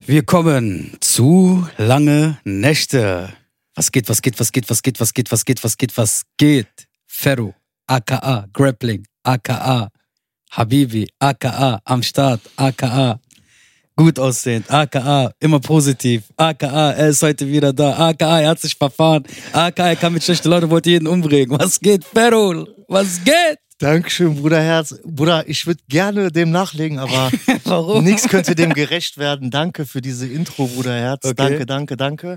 Wir kommen zu lange Nächte. Was geht, was geht, was geht, was geht, was geht, was geht, was geht, was geht? Ferro, aka Grappling, aka Habibi, aka am Start, aka gut aussehend, aka immer positiv, aka er ist heute wieder da, aka er hat sich verfahren, aka er kann mit schlechten Leuten, wollte jeden umbringen. Was geht, Ferro? Was geht? Dankeschön, Bruderherz. Bruder, ich würde gerne dem nachlegen, aber Warum? nichts könnte dem gerecht werden. Danke für diese Intro, Bruderherz. Okay. Danke.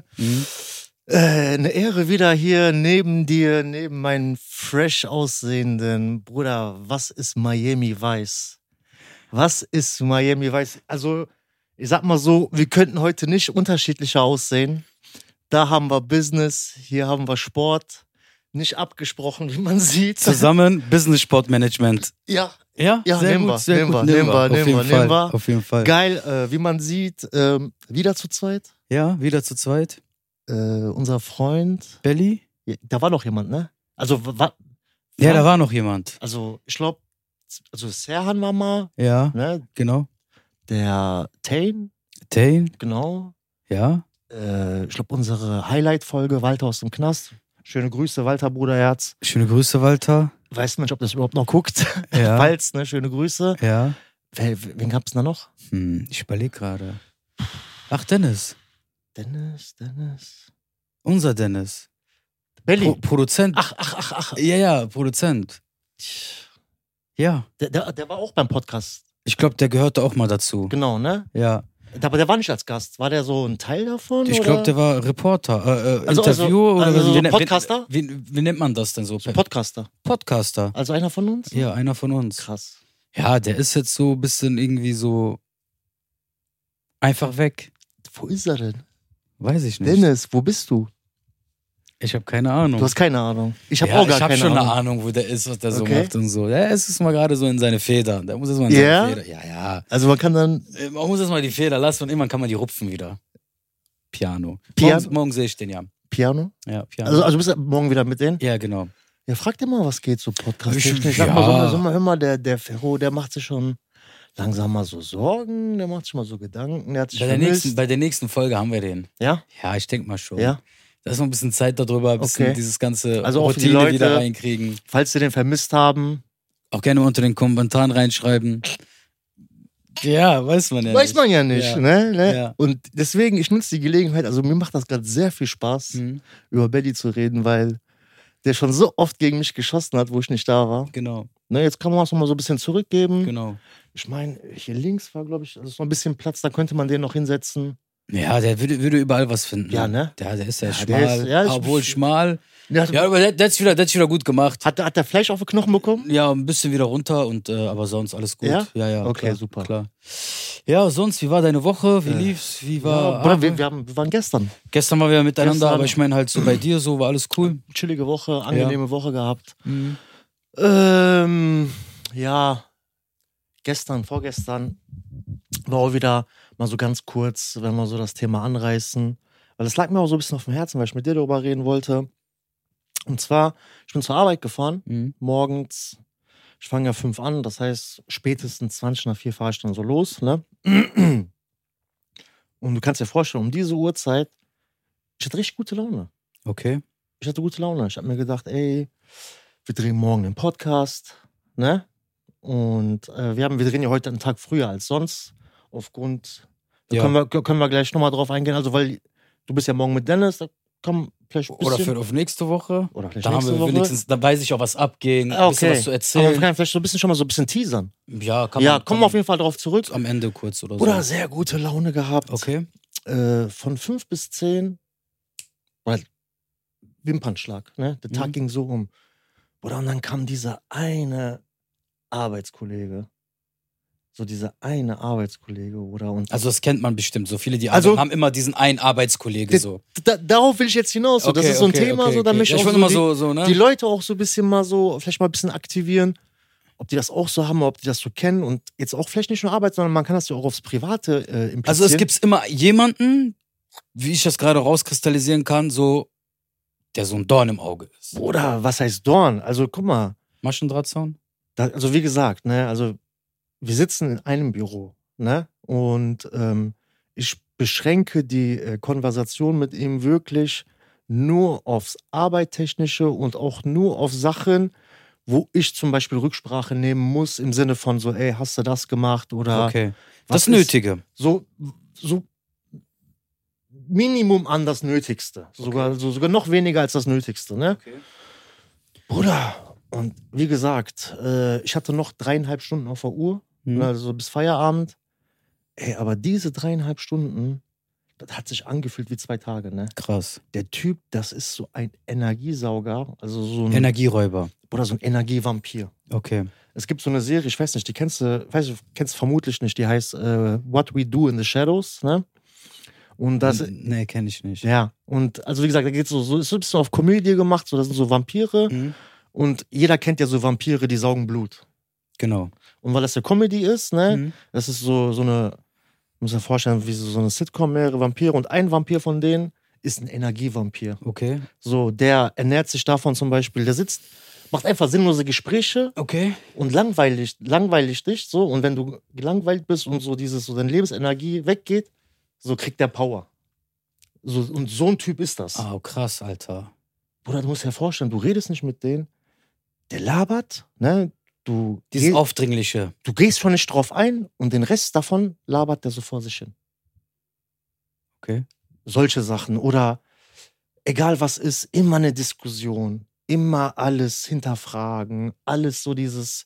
Eine Ehre wieder hier neben dir, neben meinen fresh aussehenden Bruder. Was ist Miami Vice? Was ist Miami Vice? Also, ich sag mal so, wir könnten heute nicht unterschiedlicher aussehen. Da haben wir Business, hier haben wir Sport. Nicht abgesprochen, wie man sieht. Zusammen Business Sport Management. Ja, Ja, sehr nehmen gut, sehr wir, gut. nehmen wir. Auf jeden Fall. Geil, wie man sieht, wieder zu zweit. Ja, wieder zu zweit. Unser Freund, Belly? ja, da war noch jemand, ne? Also, Ja, da war noch jemand. also ich glaube, also Serhan war mal, Ja, ne? genau. Der Tane, Tane? genau. Ja. Ich glaube, unsere Highlight-Folge, Walter aus dem Knast. Schöne Grüße, Walter, Bruderherz. Schöne Grüße, Walter. Weiß Mensch, ob das überhaupt noch guckt. Ja. Falls, ne? Schöne Grüße. Ja. Wen gab's da noch? Ich überlege gerade. Ach, Dennis. Dennis. Unser Dennis. Belly. Produzent. Ach. Ja, Produzent. Ja. Der war auch beim Podcast. Ich glaube, der gehörte auch mal dazu. Genau, ne? Ja. Aber der war nicht als Gast. War der so ein Teil davon? Ich glaube, der war Reporter. Also- Interviewer oder also wie, Podcaster? Wie nennt man das denn so? Podcaster. Podcaster. Also einer von uns? Ja, einer von uns. Krass. Ja, der ist jetzt so ein bisschen irgendwie so einfach weg. Wo ist er denn? Weiß ich nicht. Dennis, wo bist du? Ich habe keine Ahnung. Du hast keine Ahnung. Ich habe Ja, auch gar ich habe keine schon Ahnung. eine Ahnung, wo der ist, was der so Okay. macht und so. Ja, es ist mal gerade so in seine Feder. Der muss jetzt mal in Ja? seine Feder. Ja. Also man kann dann... Man muss jetzt mal die Feder lassen und irgendwann kann man die rupfen wieder. Piano. Piano? Morgen sehe ich den ja. Piano? Ja, Piano. Also du bist morgen wieder mit denen? Ja, genau. Ja, frag dir mal, was geht so Podcast. Ich- Sag mal, ja. hör mal, der Ferro, der macht sich schon langsam mal so Sorgen, der macht sich mal so Gedanken, der hat sich vermisst. Bei der nächsten Folge haben wir den. Ja? Ja, ich denke mal schon. Ja? Da ist noch ein bisschen Zeit darüber, ein bisschen Okay. dieses ganze Also auch für die Routine Leute- wieder reinkriegen. Falls sie den vermisst haben, Auch gerne unter den Kommentaren reinschreiben. Ja, weiß man ja weiß nicht. man ja nicht, Ja. ne? Ja. Und deswegen, ich nutze die Gelegenheit, also mir macht das gerade sehr viel Spaß, Mhm, über Belly zu reden, weil der schon so oft gegen mich geschossen hat, wo ich nicht da war. genau, Ne, jetzt kann man es nochmal so ein bisschen zurückgeben. genau. Ich meine, hier links war, glaube ich, also ist noch ein bisschen Platz, da könnte man den noch hinsetzen. Ja, der würde überall was finden. Ja, ne? Der ist ja Ja, schmal. der ist- ja, ich- obwohl schmal. Ja, Ja, aber der hat's wieder gut gemacht. hat der Fleisch auf den Knochen bekommen? Ja, ein bisschen wieder runter, und aber sonst alles gut. Ja? Ja, Okay, klar, super. Klar. Ja, sonst, wie war deine Woche? Wie lief's? Wie war. Ja, Bruder, wir waren gestern. Gestern waren wir miteinander, Gestern- aber ich meine halt so bei dir, so war alles cool. Chillige Woche, angenehme Woche gehabt. Mhm. Ja, vorgestern war auch wieder mal so ganz kurz, wenn wir so das Thema anreißen. Weil das lag mir auch so ein bisschen auf dem Herzen, weil ich mit dir darüber reden wollte. Und zwar, ich bin zur Arbeit gefahren, Mhm. morgens. Ich fange ja 5 an, das heißt, spätestens 20 nach 4 fahre ich dann so los, ne? Und du kannst dir vorstellen, um diese Uhrzeit, ich hatte richtig gute Laune. Okay. Ich hatte gute Laune. Ich habe mir gedacht, ey, wir drehen morgen einen Podcast, ne? Und wir drehen ja heute einen Tag früher als sonst. Aufgrund, da Ja. können wir gleich nochmal drauf eingehen. Also, weil du bist ja morgen mit Dennis, da kommen vielleicht ein bisschen. Oder für auf nächste Woche. Oder vielleicht Da haben nächste wir Woche. wenigstens, da weiß ich auch, was abging, ein bisschen was zu Aber wir erzählen. können vielleicht so ein bisschen schon mal so ein bisschen teasern. Ja, Ja, kommen wir auf jeden Fall drauf zurück. am Ende kurz oder so. Oder sehr gute Laune gehabt. Okay. Von 5 bis 10, weil Wimpernschlag, ne? Der Tag Mhm. ging so um. Oder und dann kam dieser eine Arbeitskollege. So dieser eine Arbeitskollege, oder? Und Also das kennt man bestimmt. So viele, die Also- haben immer diesen einen Arbeitskollege Der- so. darauf will ich jetzt hinaus. So. Das Okay, ist so ein okay, Thema, okay, so, da okay. möchte Ja, ich ich auch wollte so mal so, ne? die Leute auch so ein bisschen mal so, vielleicht mal ein bisschen aktivieren, ob die das auch so haben, ob die das so kennen und jetzt auch vielleicht nicht nur Arbeit, sondern man kann das ja auch aufs Private implizieren. Also es gibt immer jemanden, wie ich das gerade rauskristallisieren kann, so, der so ein Dorn im Auge ist. Bruder, was heißt Dorn? Also guck mal, Maschendrahtzaun? also wie gesagt, ne, also wir sitzen in einem Büro, ne, und ich beschränke die Konversation mit ihm wirklich nur aufs Arbeittechnische und auch nur auf Sachen, wo ich zum Beispiel Rücksprache nehmen muss, im Sinne von so, ey, hast du das gemacht oder Okay. was Das Nötige. so Minimum an das Nötigste. Sogar noch weniger als das Nötigste, ne? Okay. Bruder, und wie gesagt, ich hatte noch 3,5 Stunden auf der Uhr, Mhm. also bis Feierabend. Ey, aber diese 3,5 Stunden, das hat sich angefühlt wie 2 Tage, ne? Krass. Der Typ, das ist so ein Energiesauger, also so ein, Energieräuber. oder so ein Energievampir. Okay. Es gibt so eine Serie, ich weiß nicht, die kennst du vermutlich nicht, die heißt What We Do in the Shadows, ne? Und das, Nee, kenne ich nicht. ja, und also wie gesagt, da geht's so ist so ein bisschen auf Komödie gemacht, so das sind so Vampire Mhm. und jeder kennt ja so Vampire, die saugen Blut. Genau. Und weil das eine Comedy ist, ne, Mhm. das ist so eine, muss man vorstellen, wie so eine Sitcom, mehrere Vampire und ein Vampir von denen ist ein Energievampir. Okay. So, der ernährt sich davon zum Beispiel, der sitzt, macht einfach sinnlose Gespräche Okay. und langweilig dich so und wenn du gelangweilt bist und so deine Lebensenergie weggeht, so kriegt der Power. So, und so ein Typ ist das. Ah, krass, Alter. Bruder, du musst dir vorstellen, du redest nicht mit denen, der labert, ne? Dieses Aufdringliche. Du gehst schon nicht drauf ein und den Rest davon labert der so vor sich hin. Okay. Solche Sachen oder egal was ist, immer eine Diskussion, immer alles hinterfragen, alles so dieses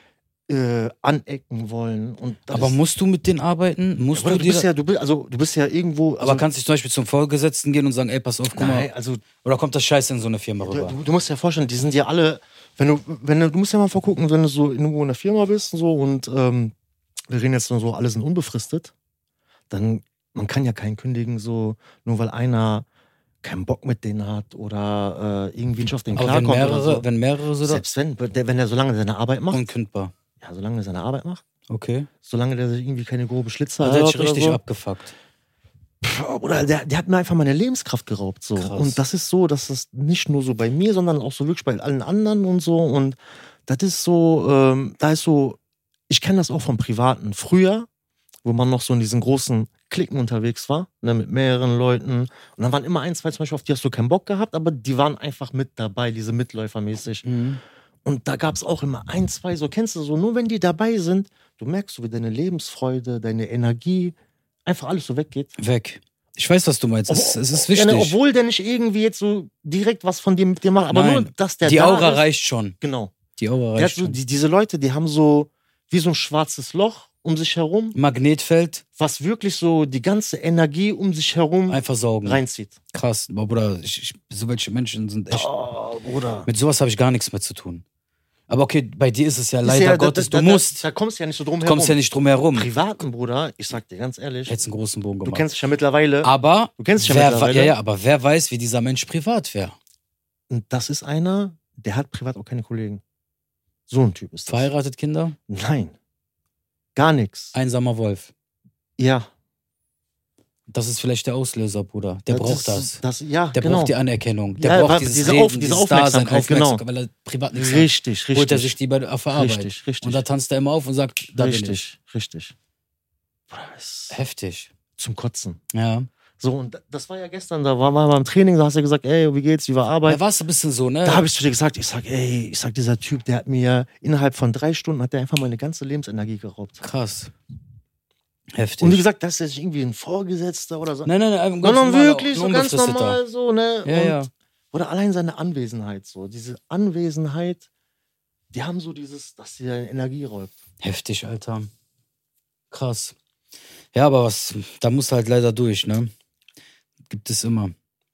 anecken wollen. Und das Aber ist, musst du mit denen arbeiten? Musst Bruder, du dir. du bist ja irgendwo. Aber kannst du zum Beispiel zum Vorgesetzten gehen und sagen, ey, pass auf, guck nein, mal. also Oder kommt das Scheiße in so eine Firma rüber? du musst dir vorstellen, die sind ja alle, du musst ja mal vorgucken, wenn du so irgendwo in der Firma bist und so und wir reden jetzt nur so, alle sind unbefristet, dann, man kann ja keinen kündigen, so, nur weil einer keinen Bock mit denen hat oder irgendwie nicht auf den Aber klarkommt oder so. wenn mehrere so da. Selbst wenn er so lange seine Arbeit macht, Unkündbar. ja, solange er seine Arbeit macht, Okay. solange der sich irgendwie keine grobe Schlitzer Da hätte ich oder richtig so. abgefuckt. Oder der hat mir einfach meine Lebenskraft geraubt. So. Krass. Und das ist so, dass das nicht nur so bei mir, sondern auch so wirklich bei allen anderen und so. Und das ist so, ich kenne das auch vom Privaten. Früher, wo man noch so in diesen großen Klicken unterwegs war, ne, mit mehreren Leuten. Und dann waren immer ein, zwei zum Beispiel, auf die hast du keinen Bock gehabt, aber die waren einfach mit dabei, diese Mitläufermäßig. Mhm. Und da gab es auch immer ein, zwei, so kennst du so, nur wenn die dabei sind, du merkst so, wie deine Lebensfreude, deine Energie, einfach alles so weggeht. Weg. Ich weiß, was du meinst. Es ist wichtig. Ja, ne, obwohl der nicht irgendwie jetzt so direkt was von dir mit dir macht, aber Nein. nur, dass der Die da Aura ist. reicht schon. Genau. Die Aura Der hat reicht so, schon. diese Leute, die haben so wie so ein schwarzes Loch um sich herum, Magnetfeld, was wirklich so die ganze Energie um sich herum einfach saugen. reinzieht. Krass. Aber Bruder, so welche Menschen sind echt. Oh, Bruder. Mit sowas habe ich gar nichts mehr zu tun. Aber okay, bei dir ist es ja Ist leider ja, Gottes, da, du musst. Da kommst du ja nicht so drum Du kommst ja herum. nicht drum herum. Privaten, Bruder, ich sag dir ganz ehrlich, Jetzt einen großen Bogen du gemacht. kennst dich ja mittlerweile. Aber Du kennst dich ja wer, mittlerweile. ja, aber wer weiß, wie dieser Mensch privat wäre? Und das ist einer, der hat privat auch keine Kollegen. So ein Typ ist das. Verheiratet, Kinder? Nein. Gar nichts. Einsamer Wolf. Ja. Das ist vielleicht der Auslöser, Bruder. Der braucht das. Ja, Der genau. braucht die Anerkennung. Der Ja, braucht weil dieses diese Reden, Auf- diese dieses Dasein, Aufmerksamkeit, genau. weil er privat nichts hat. Richtig, Holt er richtig. sich die auf der Arbeit. Richtig. Und da tanzt er immer auf und sagt, da bin ich. Richtig. Bruder, ist Heftig. zum Kotzen. Ja. So, und das war ja gestern, da waren wir beim Training, da hast du gesagt, ey, wie geht's, wie war Arbeit? Da war es ein bisschen so, ne? Da habe ich zu dir gesagt, ich sag, dieser Typ, der hat mir innerhalb von 3 Stunden, hat der einfach meine ganze Lebensenergie geraubt. Krass. Heftig. Und wie gesagt, das ist jetzt nicht irgendwie ein Vorgesetzter oder so. Nein, ganz Sondern normal, wirklich ein so ganz Unbefristeter. normal so, ne? Ja, und, ja. Oder allein seine Anwesenheit so. Diese Anwesenheit, die haben so dieses, dass sie deine Energie räubt. Heftig, Alter. Krass. Ja, aber da muss halt leider durch, ne? Gibt es immer.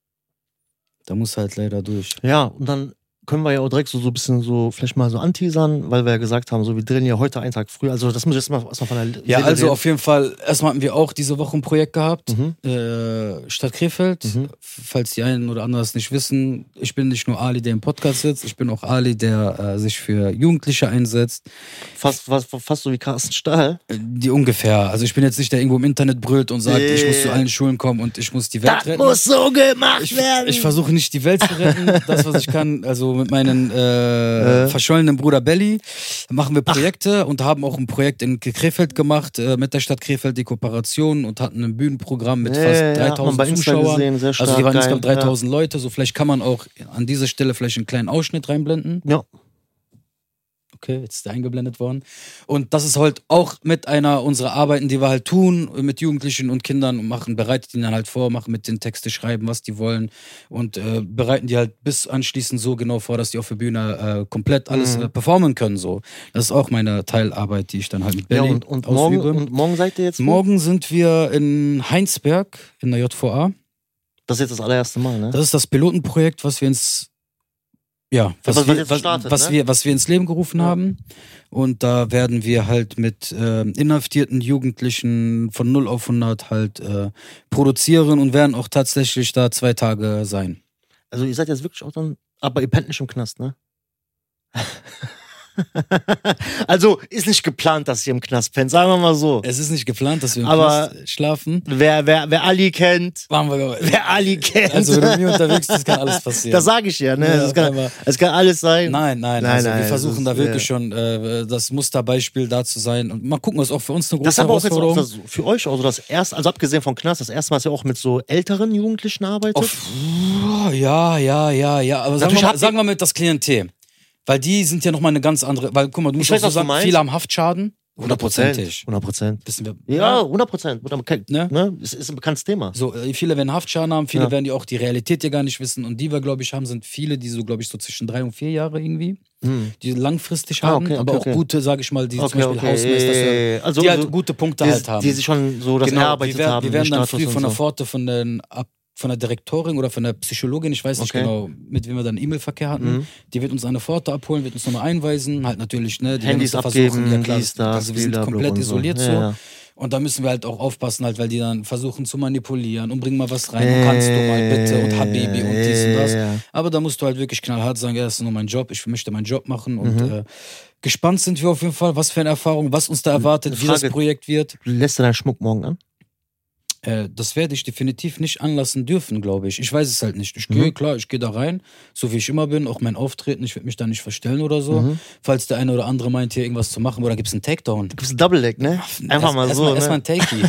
Da muss halt leider durch. Ja, und dann können wir ja auch direkt so ein bisschen so vielleicht mal so anteasern, weil wir ja gesagt haben, so wir drehen ja heute einen Tag früh. Also das muss ich jetzt mal erstmal von der Ja, Seele also reden. auf jeden Fall, erstmal hatten wir auch diese Woche ein Projekt gehabt, Stadt Krefeld. Falls die einen oder anderen es nicht wissen, ich bin nicht nur Ali, der im Podcast sitzt, ich bin auch Ali, der sich für Jugendliche einsetzt. Fast so wie Carsten Stahl. Die ungefähr. Also ich bin jetzt nicht der irgendwo im Internet brüllt und sagt, ich muss zu allen Schulen kommen und ich muss die Welt Das retten. muss so gemacht werden. Ich versuche nicht die Welt zu retten, das was ich kann. Also so mit meinem verschollenen Bruder Belly machen wir Projekte und haben auch ein Projekt in Krefeld gemacht, mit der Stadt Krefeld, die Kooperation, und hatten ein Bühnenprogramm mit fast 3000 Zuschauern. Gesehen, sehr stark, Also die waren geil, insgesamt 3000 Leute, so vielleicht kann man auch an dieser Stelle vielleicht einen kleinen Ausschnitt reinblenden. Ja. Okay, jetzt ist der eingeblendet worden. Und das ist halt auch mit einer unserer Arbeiten, die wir halt tun, mit Jugendlichen und Kindern und machen, bereiten die dann halt vor, machen mit den Texte schreiben, was die wollen und bereiten die halt bis anschließend so genau vor, dass die auf der Bühne komplett alles performen können. So. Das ist auch meine Teilarbeit, die ich dann halt mit Belly und ausübe. morgen seid ihr jetzt wo? Morgen sind wir in Heinsberg in der JVA. Das ist jetzt das allererste Mal, ne? Das ist das Pilotenprojekt, was wir was wir ins Leben gerufen haben. Und da werden wir halt mit inhaftierten Jugendlichen von 0 auf 100 halt produzieren und werden auch tatsächlich da 2 Tage sein. Also ihr seid jetzt wirklich auch dann, aber ihr pennt nicht im Knast, ne? Also ist nicht geplant, dass ihr im Knast pennt, sagen wir mal so. Es ist nicht geplant, dass wir im Knast schlafen. Wer Ali kennt, wer Ali kennt. Also wenn du mit mir unterwegs bist, kann alles passieren. Das sage ich ja, ne? Ja, es kann alles sein. Nein, also wir versuchen da wirklich schon das Musterbeispiel da zu sein. Und mal gucken, was auch für uns eine große Herausforderung ist. Das ist aber auch jetzt für euch auch so das erste, also abgesehen vom Knast, das erste Mal, dass ihr auch mit so älteren Jugendlichen arbeitet? Ja. Aber sagen wir mit das Klientel. Weil die sind ja nochmal eine ganz andere. Weil, guck mal, du musst auch so sagen, viele haben Haftschaden. 100%. 100%. Wissen wir. Ja, 100%. Ne? Ist ein bekanntes Thema. So, viele werden Haftschaden haben, viele werden die auch die Realität ja gar nicht wissen. Und die wir, glaube ich, haben, sind viele, die so, glaube ich, so zwischen 3 und 4 Jahre irgendwie, die langfristig haben, aber auch gute, sage ich mal, die zum Beispiel Hausmeister, also, die halt gute Punkte halt haben. Die sich schon so das erarbeitet haben. Die werden dann früh von der Pforte von der Direktorin oder von der Psychologin, ich weiß nicht genau, mit wem wir dann E-Mail-Verkehr hatten, die wird uns an der Pforte abholen, wird uns nochmal einweisen, halt natürlich, ne, die Handys abgeben, ja klar, also wir sind komplett isoliert so. Ja. Und da müssen wir halt auch aufpassen, halt, weil die dann versuchen zu manipulieren und bringen mal was rein und kannst du mal bitte und Habibi und dies und das. Aber da musst du halt wirklich knallhart sagen, ja, das ist nur mein Job, ich möchte meinen Job machen und gespannt sind wir auf jeden Fall, was für eine Erfahrung, was uns da erwartet, wie das Projekt wird. Lässt du deinen Schmuck morgen an? Das werde ich definitiv nicht anlassen dürfen, glaube ich. Ich weiß es halt nicht. Ich gehe da rein, so wie ich immer bin, auch mein Auftreten, ich werde mich da nicht verstellen oder so. Falls der eine oder andere meint, hier irgendwas zu machen, oder gibt es einen Takedown. Da gibt es einen Double Leg, ne? Einfach mal so. Erstmal ein Takey.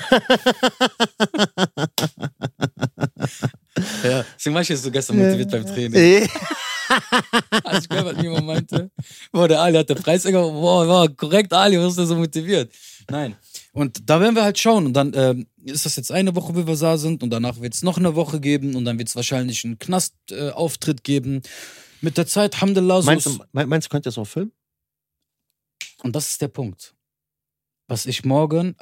Ja, deswegen war ich jetzt so gestern motiviert beim Training. Als ich gehört, was jemand meinte, der Ali hat den Preis korrekt, Ali, was ist da so motiviert? Nein. Und da werden wir halt schauen. Und dann ist das jetzt eine Woche, wie wir da sind. Und danach wird es noch eine Woche geben. Und dann wird es wahrscheinlich einen Knastauftritt geben. Mit der Zeit, Alhamdulillah. Meinst du, könnt ihr das auch filmen? Und das ist der Punkt. Was ich morgen,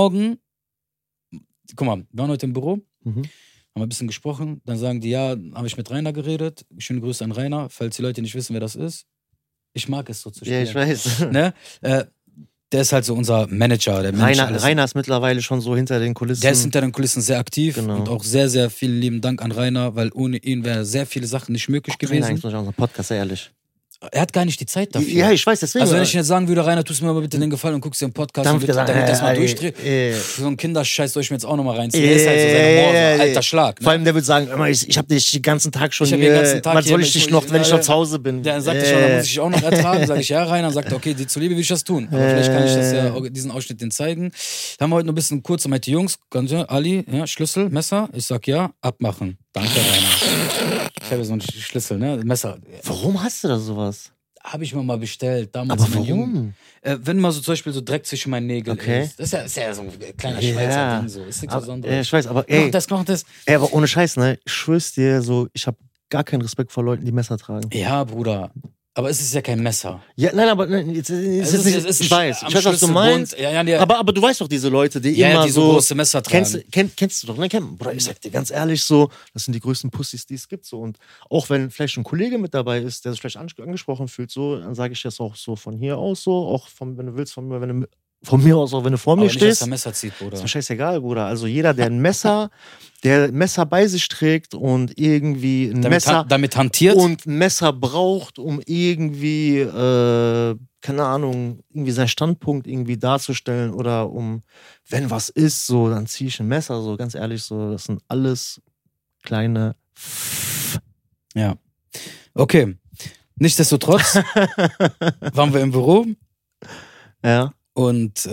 guck mal, wir waren heute im Büro, haben ein bisschen gesprochen. Dann sagen die, ja, habe ich mit Rainer geredet. Schöne Grüße an Rainer, falls die Leute nicht wissen, wer das ist. Ich mag es so zu spielen. Ja, ich weiß. Ne? Der ist halt so unser Manager. Rainer ist mittlerweile schon so hinter den Kulissen. Der ist hinter den Kulissen sehr aktiv. Genau. Und auch sehr, sehr vielen lieben Dank an Rainer, weil ohne ihn wäre sehr viele Sachen nicht möglich gewesen. Rainer ist unser Podcast, ehrlich. Er hat gar nicht die Zeit dafür. Ja, ich weiß, deswegen. Also wenn ich jetzt sagen würde, Rainer, tust mir mal bitte den Gefallen und guckst dir einen Podcast dann und damit das mal durchdreht. So ein Kinderscheiß soll ich mir jetzt auch nochmal reinziehen. Der ist halt so sein alter Schlag. Ne? Vor allem, der würde sagen, ich habe dich den ganzen Tag schon hier. Was soll ich dich noch, wenn ich noch zu Hause bin? Der sagt schon, da muss ich auch noch ertragen. Sag ich, ja, Rainer. Sagt, okay, dir zuliebe will ich das tun. Aber vielleicht kann ich das diesen Ausschnitt den zeigen. Da haben wir heute noch ein bisschen kurz, meinte Jungs, Ali, Schlüssel, Messer. Ich sag, ja, abmachen. Danke, Rainer. Ich habe so einen Schlüssel, ne? Messer. Warum hast du da sowas? Habe ich mir mal bestellt. Damals aber warum? Wenn mal so zum Beispiel so Dreck zwischen meinen Nägeln ist. Das ist ja so ein kleiner Schweizer Ding so. Ist nichts Besonderes. Ich weiß, aber ey. Noch das. Ey, aber ohne Scheiß, ne? Ich schwör's dir so, ich habe gar keinen Respekt vor Leuten, die Messer tragen. Ja, Bruder. Aber es ist ja kein Messer. Ja, nein, aber ich weiß, was du meinst. Ja. Aber du weißt doch diese Leute, die immer die so große Messer tragen. Kennst du doch, ne? Bruder, ich sag dir ganz ehrlich so, das sind die größten Pussys, die es gibt. So. Und auch wenn vielleicht ein Kollege mit dabei ist, der sich vielleicht angesprochen fühlt, so, dann sage ich das auch so von hier aus so, auch wenn du willst, von mir aus, auch wenn du vor mir nicht, stehst. Dass der Messer zieht, Bruder. Ist mir scheißegal, Bruder. Also jeder, der ein Messer bei sich trägt und irgendwie damit hantiert und ein Messer braucht, um irgendwie, keine Ahnung, irgendwie seinen Standpunkt irgendwie darzustellen oder wenn was ist, so, dann ziehe ich ein Messer, so, ganz ehrlich, so, das sind alles kleine Ja. Okay. Nichtsdestotrotz waren wir im Büro Ja. und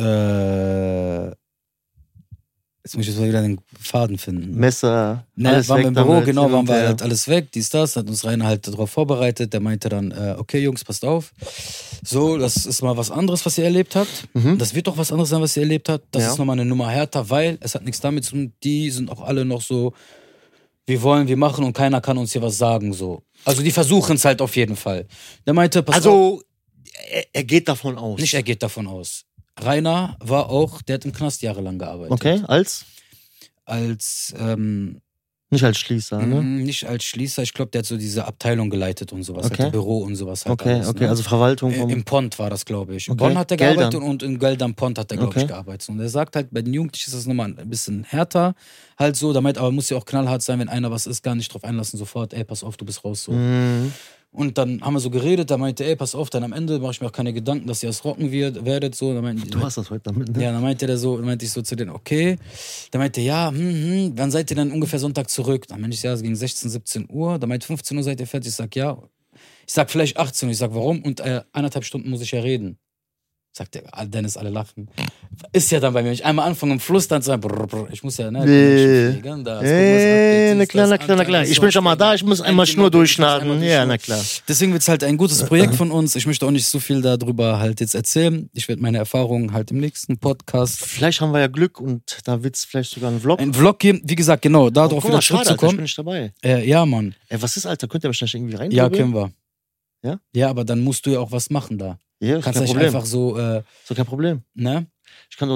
jetzt muss ich jetzt mal wieder den Faden finden. Messer, Ne, alles waren wir weg im Büro, damit, genau, hin und waren wir her. halt alles weg, dies, das, hat uns Rainer halt darauf vorbereitet, der meinte dann, okay Jungs, passt auf, so, das ist mal was anderes, was ihr erlebt habt, das wird doch was anderes sein, was ihr erlebt habt, das Ja. ist nochmal eine Nummer härter, weil es hat nichts damit zu tun, die sind auch alle noch so, wir wollen, wir machen und keiner kann uns hier was sagen, so. Also die versuchen es halt auf jeden Fall. Der meinte, pass auf, Also, er geht davon aus. nicht er geht davon aus. Rainer war auch, der hat im Knast jahrelang gearbeitet. Okay, Als, nicht als Schließer, ne? nicht als Schließer, ich glaube, der hat so diese Abteilung geleitet und sowas, Okay. halt Büro und sowas halt Okay, alles, okay, ne? also Verwaltung vom... Im Pont war das, glaube ich. In Okay. Bonn hat er Geldern. gearbeitet und in Geldern Pont hat er, glaube ich, Okay. gearbeitet. Und er sagt halt, bei den Jugendlichen ist das nochmal ein bisschen härter, halt so, damit, aber muss ja auch knallhart sein, wenn einer was ist, gar nicht drauf einlassen, sofort, ey, pass auf, du bist raus, so. Mhm. Und dann haben wir so geredet, da meinte, ey, pass auf, dann am Ende mache ich mir auch keine Gedanken, dass ihr das rocken werdet, so. Dann meinte, Du hast das heute damit, ne? ja, dann meinte der so, dann meinte ich so zu denen, okay. Dann meinte ja, wann seid ihr dann ungefähr Sonntag zurück? Dann meinte ich, ja, es ging 16, 17 Uhr. Dann meinte 15 Uhr seid ihr fertig. Ich sag, ja. Ich sag, vielleicht 18 Uhr. Ich sag, warum? Und 1,5 Stunden muss ich ja reden. Sagt der, Dennis, alle lachen. Ist ja dann bei mir. Wenn ich einmal anfange im Fluss dann zu sagen, brr, brr, ich muss ja, ne, fliegen, das, Na klar, na klar, na klar. Ich bin schon mal da, ich muss einmal Schnur durchschneiden. Ja, na klar. Deswegen wird es halt ein gutes Projekt von uns. Ich möchte auch nicht so viel darüber halt jetzt erzählen. Ich werde meine Erfahrungen halt im nächsten Podcast. Vielleicht haben wir ja Glück und da wird es vielleicht sogar einen Vlog. Ein Vlog geben, wie gesagt, genau, darauf guck wieder mal, schade, Alter, ich bin zurückzukommen. nicht dabei. Ja, Mann. Ey, was ist, Alter? Könnt ihr mich nicht irgendwie rein? Ja, können wir. Ja? Ja, aber dann musst du ja auch was machen da. Ja, ist Kannst kein nicht Problem. einfach so, So kein Problem. ne? Ich kann doch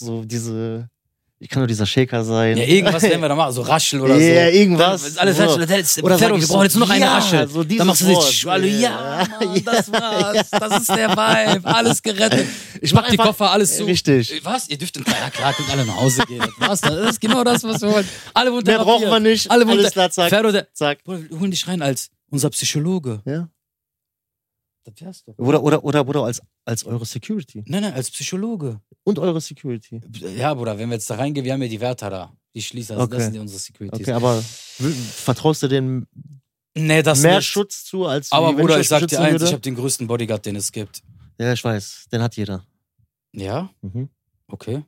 ich kann doch dieser Shaker sein. Ja, irgendwas werden wir da machen, so Raschel oder so. Ja, irgendwas. Dann, alles So. Raschel. Oder sag Ferro, ich wir so, brauchen jetzt nur noch eine ja, Raschel. so dieses Dann machst du Wort. sich, alle, ja, Mann, das war's. Das ist der Vibe. Alles gerettet. Ich Mach mach die einfach- Koffer, alles zu. Richtig. Was? Ihr dürft, ja klar, könnt alle nach Hause gehen. Das war's. Das ist genau das, was wir wollen. Alle Mehr brauchen wir nicht. Alle Alles klar, zack. Ferro, der, Zack. Bruder, wir holen dich rein als unser Psychologe. Ja. Das wär's doch. Oder als eure Security. Nein, als Psychologe. Und eure Security. Ja, Bruder, wenn wir jetzt da reingehen, wir haben ja die Wärter da. Die Schließer, Okay. das sind ja unsere Securities. Okay, aber vertraust du denen Nee, das mehr nicht. Schutz zu, als Aber wie wenn Bruder, euch ich sag dir beschützen eins, würde? ich habe den größten Bodyguard, den es gibt. Ja, ich weiß. Den hat jeder. Ja? Mhm. Okay.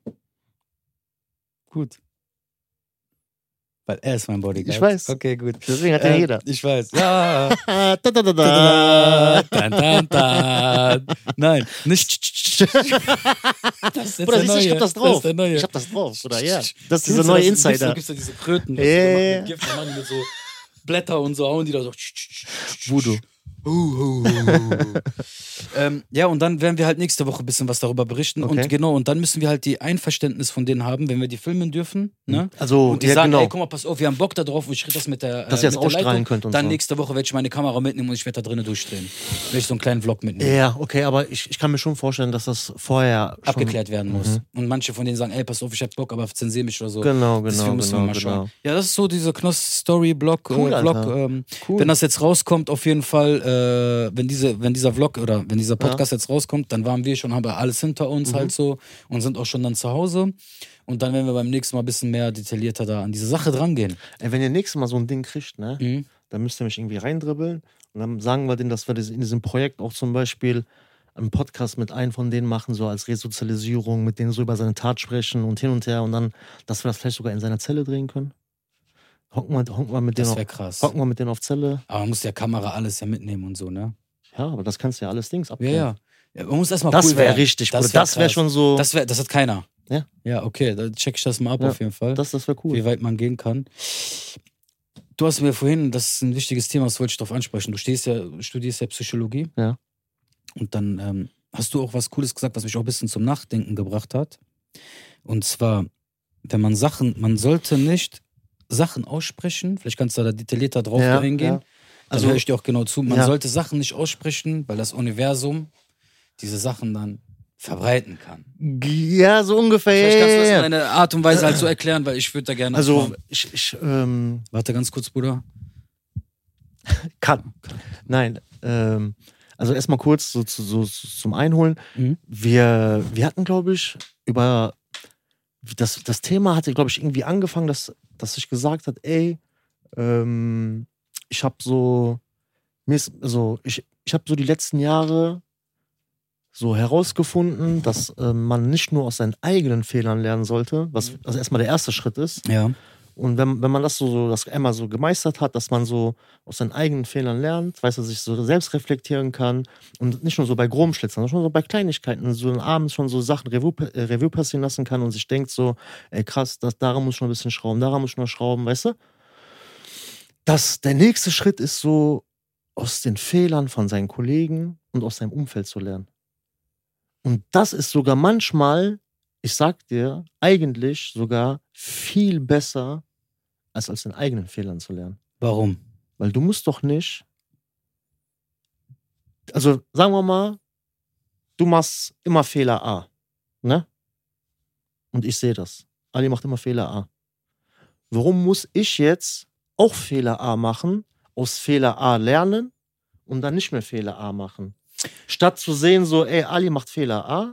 Gut. Weil er ist mein Bodyguard. Ich weiß. Okay, gut. Deswegen hat ja jeder. Ich weiß. Ja. Da, da, da, da. Dann, dann, dann. Nein, nicht. Das ist jetzt Bruder, der siehst du, ich neue. hab das Das drauf. ist der neue. Ich hab das drauf, Bruder, ja. Das ist Kennst dieser du neue das? Insider. Gibt's da diese Kröten. Yeah. Mit Gift, machen die mit so Blätter und so hauen die da so. Voodoo. Ja, und dann werden wir halt nächste Woche ein bisschen was darüber berichten. Okay. Und genau, und dann müssen wir halt die Einverständnis von denen haben, wenn wir die filmen dürfen. Ne? Also, Und die ja, sagen, genau. ey, guck mal, pass auf, wir haben Bock da drauf, ich rede das mit der Dass ihr das mit der ausstrahlen Leitung. könnt und Dann so. nächste Woche werde ich meine Kamera mitnehmen und ich werde da drinnen durchdrehen. Werde ich so einen kleinen Vlog mitnehmen. Ja, okay, aber ich kann mir schon vorstellen, dass das vorher schon Abgeklärt werden muss. Und manche von denen sagen, ey, pass auf, ich hab Bock, aber zensier mich oder so. Genau, Deswegen genau, müssen wir genau, mal schauen. genau. Ja, das ist so dieser Knoss-Story-Blog. Cool, Vlog, Alter. Cool. Wenn das jetzt rauskommt, auf jeden Fall, wenn dieser Vlog oder wenn dieser Podcast jetzt rauskommt, dann waren wir schon, haben wir alles hinter uns halt so und sind auch schon dann zu Hause. Und dann werden wir beim nächsten Mal ein bisschen mehr detaillierter da an diese Sache drangehen. Ey, wenn ihr nächstes Mal so ein Ding kriegt, ne, Mhm. dann müsst ihr mich irgendwie reindribbeln und dann sagen wir denen, dass wir das in diesem Projekt auch zum Beispiel einen Podcast mit einem von denen machen, so als Resozialisierung, mit denen so über seine Tat sprechen und hin und her und dann, dass wir das vielleicht sogar in seiner Zelle drehen können. Hocken wir mit denen Das auf, wäre krass. hocken wir mit denen auf Zelle. Aber man muss ja Kamera alles ja mitnehmen und so, ne? Ja, aber das kannst du ja alles Dings Ja, abklären. ja. Man muss erstmal Das cool wäre werden. richtig, Bruder. wär Das wäre krass. schon so. Das hat keiner. Ja. Ja, okay, dann check ich das mal ab Ja, auf jeden Fall. das wäre cool. Wie weit man gehen kann. Du hast mir vorhin, das ist ein wichtiges Thema, das wollte ich drauf ansprechen. Du studierst ja Psychologie. Ja. Und dann hast du auch was Cooles gesagt, was mich auch ein bisschen zum Nachdenken gebracht hat. Und zwar, wenn man sollte nicht Sachen aussprechen, vielleicht kannst du da detaillierter drauf eingehen. Ja. Also höre ich dir auch genau zu. Man Ja. sollte Sachen nicht aussprechen, weil das Universum diese Sachen dann verbreiten kann. Ja, so ungefähr. Vielleicht kannst du das ja, in ja. einer Art und Weise halt so erklären, weil ich würde da gerne. Also, Warte ganz kurz, Bruder. kann. Nein, also erstmal kurz so zum Einholen. Mhm. Wir hatten, glaube ich, über das Thema hatte, glaube ich, irgendwie angefangen, dass ich gesagt hat, ey, ich habe so ich habe so die letzten Jahre so herausgefunden, dass man nicht nur aus seinen eigenen Fehlern lernen sollte, was also erstmal der erste Schritt ist. Ja. Und wenn man das das einmal so gemeistert hat, dass man so aus seinen eigenen Fehlern lernt, weißt du, sich so selbst reflektieren kann und nicht nur so bei groben Schlitzern, sondern schon so bei Kleinigkeiten, so abends schon so Sachen Revue passieren lassen kann und sich denkt so, ey krass, daran muss ich noch ein bisschen schrauben, daran muss ich noch schrauben, weißt du? Der nächste Schritt ist so, aus den Fehlern von seinen Kollegen und aus seinem Umfeld zu lernen. Und das ist sogar manchmal, ich sag dir, eigentlich sogar viel besser, als aus den eigenen Fehlern zu lernen. Warum? Weil du musst doch nicht, also sagen wir mal, du machst immer Fehler A, ne? Und ich sehe das. Ali macht immer Fehler A. Warum muss ich jetzt auch Fehler A machen, aus Fehler A lernen und dann nicht mehr Fehler A machen? Statt zu sehen so, ey, Ali macht Fehler A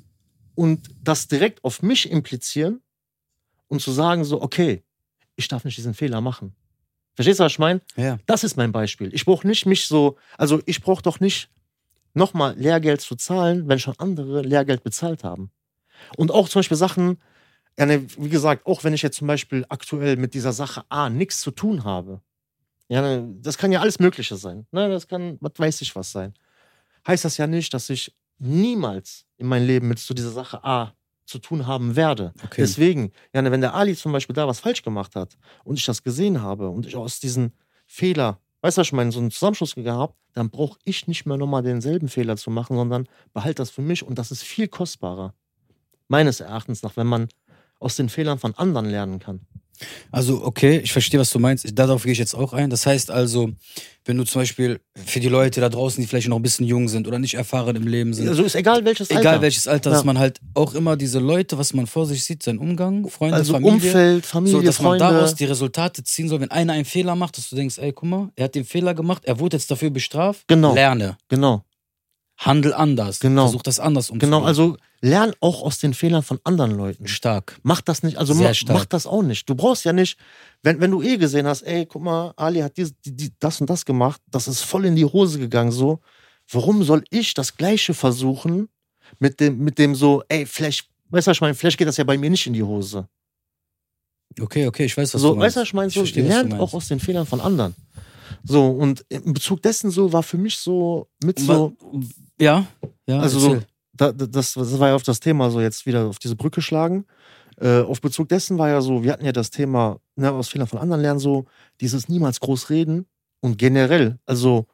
und das direkt auf mich implizieren und zu sagen so, okay, ich darf nicht diesen Fehler machen. Verstehst du, was ich meine? Ja. Das ist mein Beispiel. Ich brauche nicht ich brauche doch nicht nochmal Lehrgeld zu zahlen, wenn schon andere Lehrgeld bezahlt haben. Und auch zum Beispiel Sachen, wie gesagt, auch wenn ich jetzt zum Beispiel aktuell mit dieser Sache A nichts zu tun habe, ja, das kann ja alles Mögliche sein. Ne? Das kann, was weiß ich was sein. Heißt das ja nicht, dass ich niemals in meinem Leben mit so dieser Sache A zu tun haben werde. Okay. Deswegen, wenn der Ali zum Beispiel da was falsch gemacht hat und ich das gesehen habe und ich aus diesem Fehler, weißt du, was ich meine, so einen Zusammenschluss gehabt, dann brauche ich nicht mehr nochmal denselben Fehler zu machen, sondern behalte das für mich und das ist viel kostbarer. Meines Erachtens nach, wenn man aus den Fehlern von anderen lernen kann. Also, okay, ich verstehe, was du meinst. Darauf gehe ich jetzt auch ein. Das heißt also, wenn du zum Beispiel für die Leute da draußen, die vielleicht noch ein bisschen jung sind oder nicht erfahren im Leben sind. Also ist egal welches Alter. Egal welches Alter, dass man halt auch immer diese Leute, was man vor sich sieht, sein Umgang, Freunde, also Familie. Umfeld, Familie, so, dass Freunde. man daraus die Resultate ziehen soll. Wenn einer einen Fehler macht, dass du denkst, ey, guck mal, er hat den Fehler gemacht, er wurde jetzt dafür bestraft. Genau. Lerne. Genau. Handel anders. Genau. Versuch das anders umzugehen. Genau, also lern auch aus den Fehlern von anderen Leuten. Stark. Mach das nicht, also mach das auch nicht. Du brauchst ja nicht, wenn du gesehen hast, ey, guck mal, Ali hat das und das gemacht, das ist voll in die Hose gegangen, so. Warum soll ich das Gleiche versuchen mit dem so, ey, vielleicht, weißt du, was ich meine, vielleicht geht das ja bei mir nicht in die Hose. Okay, ich weiß, was so, du meinst. Weißt du, was ich meine? So, lernt auch aus den Fehlern von anderen. So, und in Bezug dessen so war für mich so mit so. Ja, also so, das war ja auf das Thema so jetzt wieder auf diese Brücke schlagen. Auf Bezug dessen war ja so, wir hatten ja das Thema, aus Fehlern von anderen lernen, so dieses niemals groß reden und generell, also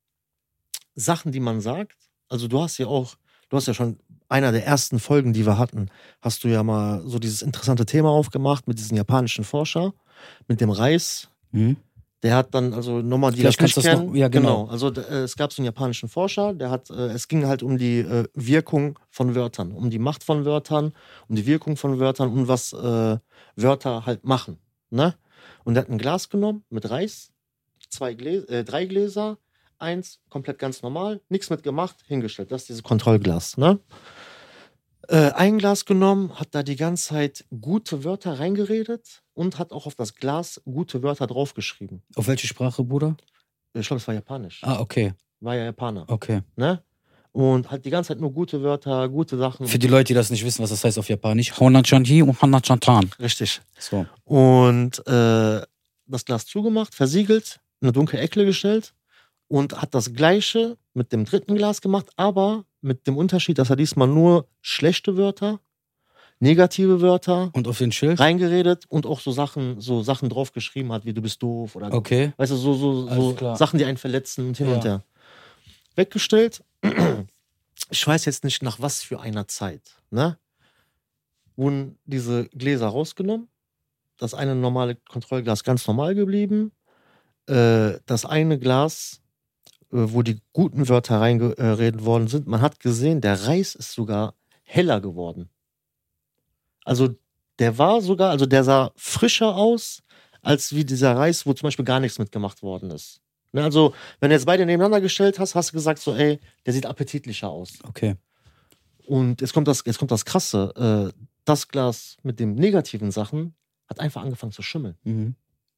Sachen, die man sagt, also du hast ja schon einer der ersten Folgen, die wir hatten, hast du ja mal so dieses interessante Thema aufgemacht mit diesem japanischen Forscher, mit dem Reis. Der hat dann, also nochmal die das nicht kennen. Ja, genau. Also es gab so einen japanischen Forscher, es ging halt um die Wirkung von Wörtern, um die Macht von Wörtern, um die Wirkung von Wörtern und was Wörter halt machen. Ne? Und der hat ein Glas genommen mit Reis, 3 Gläser, 1 komplett ganz normal, nichts mit gemacht, hingestellt. Das ist dieses Kontrollglas. Ne? Ein Glas genommen, hat da die ganze Zeit gute Wörter reingeredet und hat auch auf das Glas gute Wörter draufgeschrieben. Auf welche Sprache, Bruder? Ich glaube, es war Japanisch. Ah, okay. War ja Japaner. Okay. Ne? Und hat die ganze Zeit nur gute Wörter, gute Sachen. Für die Leute, die das nicht wissen, was das heißt auf Japanisch. Honachanji und Hanachantan. Richtig. So. Und das Glas zugemacht, versiegelt, in eine dunkle Ecke gestellt und hat das Gleiche mit dem dritten Glas gemacht, aber mit dem Unterschied, dass er diesmal nur schlechte Wörter, negative Wörter und auf den Schild reingeredet und auch so Sachen draufgeschrieben hat, wie du bist doof oder okay. Weißt du, so Sachen, die einen verletzen und hin und her. Weggestellt. Ich weiß jetzt nicht, nach was für einer Zeit, ne? Wurden diese Gläser rausgenommen. Das eine normale Kontrollglas ganz normal geblieben. Das eine Glas, wo die guten Wörter reingeredet worden sind, man hat gesehen, der Reis ist sogar heller geworden. Also der sah frischer aus, als wie dieser Reis, wo zum Beispiel gar nichts mitgemacht worden ist. Ne, also, wenn du jetzt beide nebeneinander gestellt hast, hast du gesagt so, ey, der sieht appetitlicher aus. Okay. Und jetzt kommt das Krasse. Das Glas mit den negativen Sachen hat einfach angefangen zu schimmeln.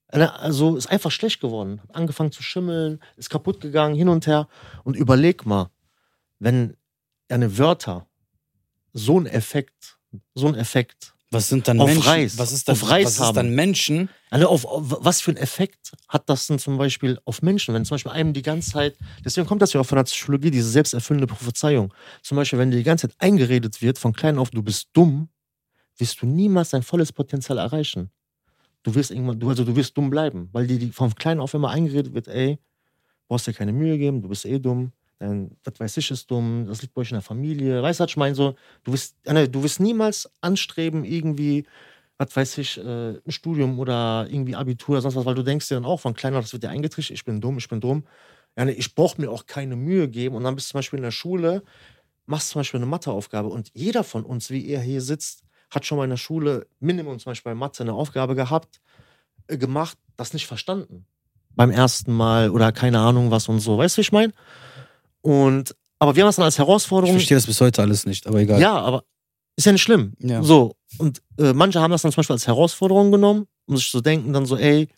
Also ist einfach schlecht geworden. Hat angefangen zu schimmeln, ist kaputt gegangen, hin und her. Und überleg mal, wenn eine Wörter so einen Effekt Was sind dann auf Menschen? Reis, Was ist dann, auf Reis was ist haben. dann Menschen? Also was für einen Effekt hat das denn zum Beispiel auf Menschen, wenn zum Beispiel einem die ganze Zeit, deswegen kommt das ja auch von der Psychologie, diese selbsterfüllende Prophezeiung. Zum Beispiel, wenn dir die ganze Zeit eingeredet wird, von klein auf, du bist dumm, wirst du niemals dein volles Potenzial erreichen. Du wirst irgendwann, du wirst dumm bleiben, weil dir von klein auf immer eingeredet wird, ey, brauchst dir keine Mühe geben, du bist eh dumm, was weiß ich ist dumm, das liegt bei euch in der Familie, weißt du, was ich meine? So, du wirst niemals anstreben, irgendwie, was weiß ich, ein Studium oder irgendwie Abitur oder sonst was, weil du denkst dir dann auch von klein auf, das wird dir eingetrichtert, ich bin dumm. Ja, ne, ich brauche mir auch keine Mühe geben und dann bist du zum Beispiel in der Schule, machst zum Beispiel eine Matheaufgabe und jeder von uns, wie er hier sitzt, hat schon mal in der Schule, Minimum zum Beispiel bei Mathe, eine Aufgabe gehabt, gemacht, das nicht verstanden. Beim ersten Mal oder keine Ahnung was und so. Weißt du, wie ich meine? Aber wir haben das dann als Ich Herausforderung. verstehe das bis heute alles nicht, aber egal. Ja, aber ist ja nicht schlimm. Ja. So, und manche haben das dann zum Beispiel als Herausforderung genommen, um sich zu denken, dann so, ey,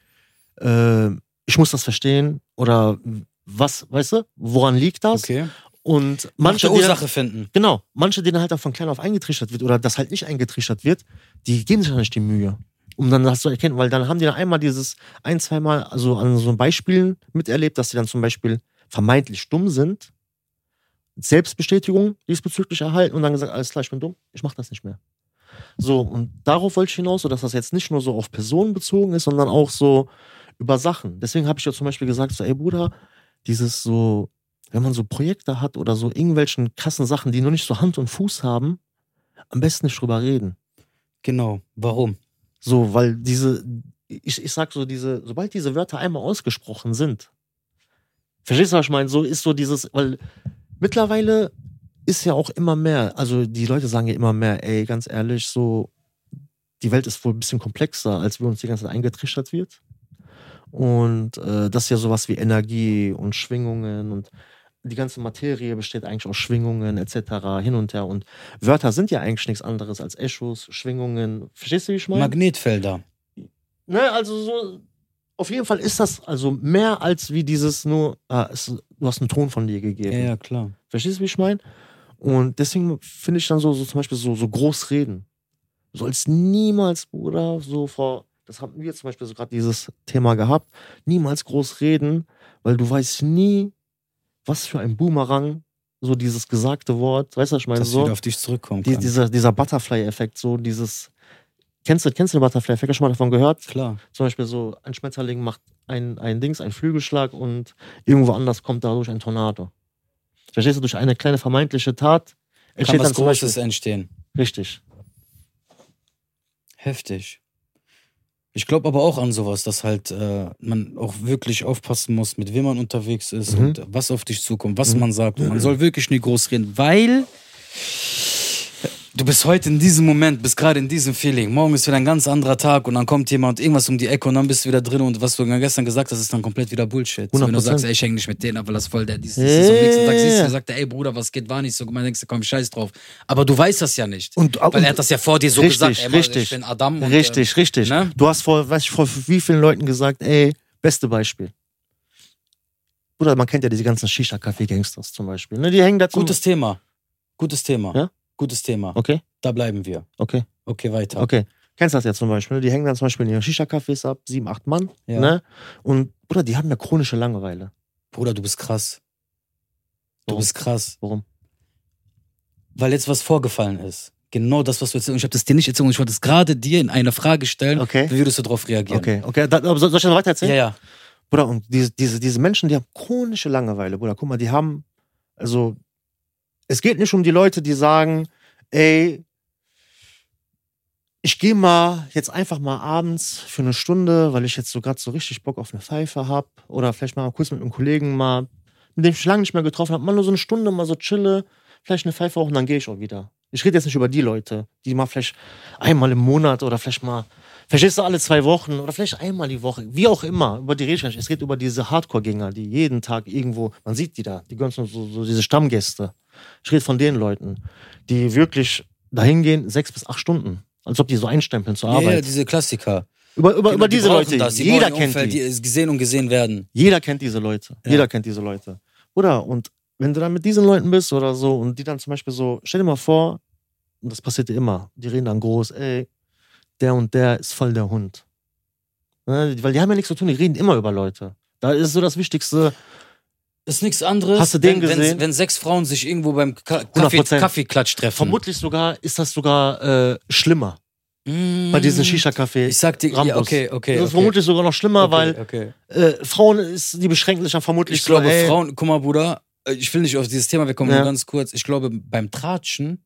ich muss das verstehen oder was, weißt du, woran liegt das? Okay. Und Manche manche, Ursache finden. genau, manche, denen halt auch von klein auf eingetrichtert wird oder das halt nicht eingetrichtert wird, die geben sich dann nicht die Mühe, um dann das zu erkennen, weil dann haben die dann einmal dieses zweimal, also an so Beispielen miterlebt, dass die dann zum Beispiel vermeintlich dumm sind, Selbstbestätigung diesbezüglich erhalten und dann gesagt, alles klar, ich bin dumm, ich mach das nicht mehr. So, und darauf wollte ich hinaus, so dass das jetzt nicht nur so auf Personen bezogen ist, sondern auch so über Sachen. Deswegen habe ich ja zum Beispiel gesagt, so, ey Bruder, dieses so, wenn man so Projekte hat oder so irgendwelchen krassen Sachen, die nur nicht so Hand und Fuß haben, am besten nicht drüber reden. Genau. Warum? So, weil ich sag so, sobald diese Wörter einmal ausgesprochen sind, verstehst du, was ich meine? So ist so dieses, weil mittlerweile ist ja auch immer mehr, also die Leute sagen ja immer mehr, ey, ganz ehrlich, so, die Welt ist wohl ein bisschen komplexer, als wir uns die ganze Zeit eingetrichtert wird. Und das ist ja sowas wie Energie und Schwingungen und die ganze Materie besteht eigentlich aus Schwingungen etc. hin und her. Und Wörter sind ja eigentlich nichts anderes als Echos, Schwingungen. Verstehst du, wie ich meine? Magnetfelder. Ne, also so, auf jeden Fall ist das also mehr als wie dieses nur, du hast einen Ton von dir gegeben. Ja, klar. Verstehst du, wie ich meine? Und deswegen finde ich dann so zum Beispiel so groß reden. Du sollst niemals, Bruder, das haben wir zum Beispiel so gerade dieses Thema gehabt, niemals groß reden, weil du weißt nie, was für ein Boomerang so dieses gesagte Wort, weißt du, was ich meine? Dass So, wieder auf dich zurückkommen kann. dieser Butterfly-Effekt, so dieses, kennst du den Butterfly-Effekt? Hast du schon mal davon gehört? Klar. Zum Beispiel so, ein Schmetterling macht einen Flügelschlag und irgendwo anders kommt dadurch ein Tornado. Verstehst du, durch eine kleine vermeintliche Tat Kann entsteht was dann zum Großes Beispiel, entstehen. richtig. Heftig. Ich glaube aber auch an sowas, dass halt man auch wirklich aufpassen muss, mit wem man unterwegs ist und was auf dich zukommt, was man sagt. Und man soll wirklich nie groß reden, weil du bist heute in diesem Moment, bist gerade in diesem Feeling. Morgen ist wieder ein ganz anderer Tag und dann kommt jemand irgendwas um die Ecke und dann bist du wieder drin und was du gestern gesagt hast, ist dann komplett wieder Bullshit. So, wenn du sagst, ey, ich häng nicht mit denen, aber das ist voll der dies. Am nächsten Tag siehst du, sagt er, ey Bruder, was geht, war nicht so. Man denkst, komm, scheiß drauf. Aber du weißt das ja nicht. Weil er hat das ja vor dir so gesagt, ey, Mann, ich bin Adam. Und, richtig. Ne? Du hast vor wie vielen Leuten gesagt, ey, beste Beispiel. Bruder, man kennt ja diese ganzen Shisha-Café-Gangsters zum Beispiel. Ne? Die hängen da Gutes Thema. Ja? Gutes Thema. Okay. Da bleiben wir. Okay. Okay, weiter. Okay. Kennst du das ja zum Beispiel? Ne? Die hängen dann zum Beispiel in ihren Shisha-Cafés ab, 7, 8 Mann. Ja. Ne? Und, Bruder, die haben ja chronische Langeweile. Bruder, du bist krass. Du Warum? bist krass. Warum? Weil jetzt was vorgefallen ist. Genau das, was du erzählst. Und ich habe das dir nicht erzählt und ich wollte es gerade dir in einer Frage stellen. Okay. Wie würdest du darauf reagieren? Okay. Soll ich dann weiter erzählen? Ja. Bruder, und diese Menschen, die haben chronische Langeweile, Bruder. Guck mal, die haben, also, es geht nicht um die Leute, die sagen, ey, ich gehe mal jetzt einfach mal abends für eine Stunde, weil ich jetzt so gerade so richtig Bock auf eine Pfeife habe oder vielleicht mal kurz mit einem Kollegen mal, mit dem ich lange nicht mehr getroffen habe, mal nur so eine Stunde mal so chille, vielleicht eine Pfeife rauchen, dann gehe ich auch wieder. Ich rede jetzt nicht über die Leute, die mal vielleicht einmal im Monat oder vielleicht mal, verstehst du, alle 2 Wochen oder vielleicht einmal die Woche, wie auch immer, über die rede ich nicht. Es geht über diese Hardcore-Gänger, die jeden Tag irgendwo, man sieht die da, die ganzen so diese Stammgäste. Ich rede von den Leuten, die wirklich dahin gehen, 6 bis 8 Stunden. Als ob die so einstempeln zur Arbeit. Ja, diese Klassiker. Über Die diese brauchen Leute. das. Die Jeder brauchen kennt Umfeld, die. die gesehen und gesehen werden. Jeder kennt diese Leute. Ja. Jeder kennt diese Leute. Oder, und wenn du dann mit diesen Leuten bist oder so und die dann zum Beispiel so, stell dir mal vor, und das passiert ja immer, die reden dann groß, ey, der und der ist voll der Hund. Ne? Weil die haben ja nichts zu tun, die reden immer über Leute. Da ist so das Wichtigste. Ist nichts anderes, Hast du den gesehen? wenn 6 Frauen sich irgendwo beim 100%. Kaffeeklatsch treffen. Vermutlich sogar ist das sogar schlimmer bei diesen Shisha-Café. Ich sag dir, ja, okay. Das ist vermutlich sogar noch schlimmer, weil Okay. Frauen, die beschränken sich dann vermutlich Ich glaube, so, ey, Frauen, guck mal, Bruder, ich will nicht auf dieses Thema, wir kommen Ja. nur ganz kurz. Ich glaube, beim Tratschen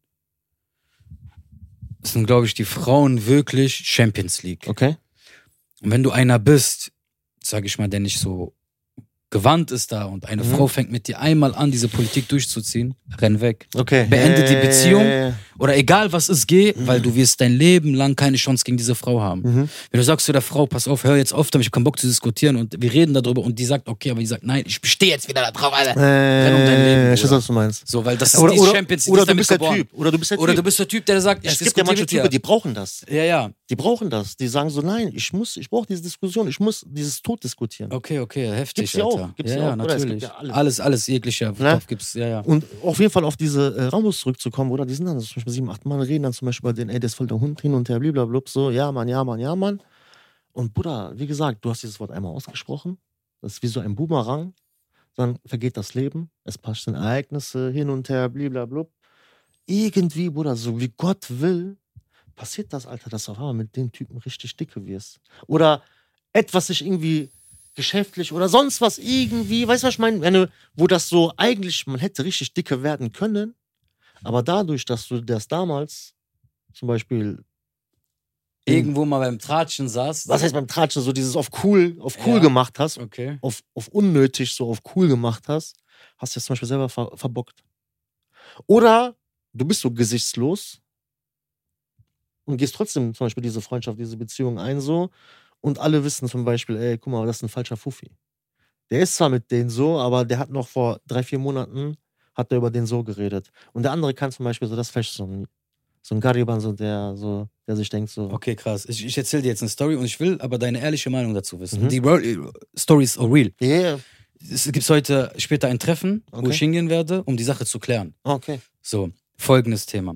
sind, glaube ich, die Frauen wirklich Champions League. Okay. Und wenn du einer bist, sag ich mal, der nicht so gewandt ist da und eine Frau fängt mit dir einmal an, diese Politik durchzuziehen, renn weg. Okay. Beende die Beziehung. Oder egal was es geht, weil du wirst dein Leben lang keine Chance gegen diese Frau haben. Wenn du sagst zu der Frau, pass auf, hör jetzt auf damit, ich hab keinen Bock zu diskutieren und wir reden darüber und die sagt, okay, aber die sagt, nein, ich bestehe jetzt wieder da drauf, Alter. Renn um dein Leben. Ich weiß, was du meinst. So, weil das ist Oder, die oder, Champions, die oder ist du damit bist der geboren. Typ. Oder du bist der Oder Typ. du bist der Typ, der sagt, Es ich gibt ja diskutiere manche mit dir. Typen, die brauchen das. Ja. Die brauchen das. Die sagen so, nein, ich brauche diese Diskussion, ich muss dieses Tod diskutieren. Okay, heftig, Gibt's ja auch, Alter. gibt's ja, ja auch. Oder es natürlich. gibt ja alles. Alles jeglicher Ne? Stoff gibt's, ja. Und auf jeden Fall auf diese Rambos zurückzukommen, oder? Die sind dann zum Beispiel 7, 8 Mann, reden dann zum Beispiel über den, ey, der ist voll der Hund, hin und her, blablabla, so, ja, Mann. Und Bruder, wie gesagt, du hast dieses Wort einmal ausgesprochen, das ist wie so ein Boomerang, dann vergeht das Leben, es passieren Ereignisse, hin und her, blablabla. Irgendwie, Bruder, so wie Gott will, passiert das, Alter, dass du auf einmal mit den Typen richtig dicke wirst. Oder etwas sich irgendwie geschäftlich oder sonst was irgendwie, weißt du, was ich meine? Wo das so eigentlich, man hätte richtig dicke werden können, aber dadurch, dass du das damals zum Beispiel Irgendwo mal beim Tratschen saß. was heißt beim Tratschen, so dieses auf cool Ja. gemacht hast, Okay. auf unnötig so auf cool gemacht hast du das zum Beispiel selber verbockt. Oder du bist so gesichtslos und gehst trotzdem zum Beispiel diese Freundschaft, diese Beziehung ein so und alle wissen zum Beispiel, ey, guck mal, das ist ein falscher Fuffi. Der ist zwar mit denen so, aber der hat noch vor 3-4 Monaten hat er über den so geredet. Und der andere kann zum Beispiel so, das ist vielleicht so ein Gariban, der sich denkt so. Okay, krass. Ich erzähle dir jetzt eine Story und ich will aber deine ehrliche Meinung dazu wissen. Mhm. Die Story ist real. Yeah. Es gibt heute später ein Treffen, wo Okay. ich hingehen werde, um die Sache zu klären. Okay. So, folgendes Thema.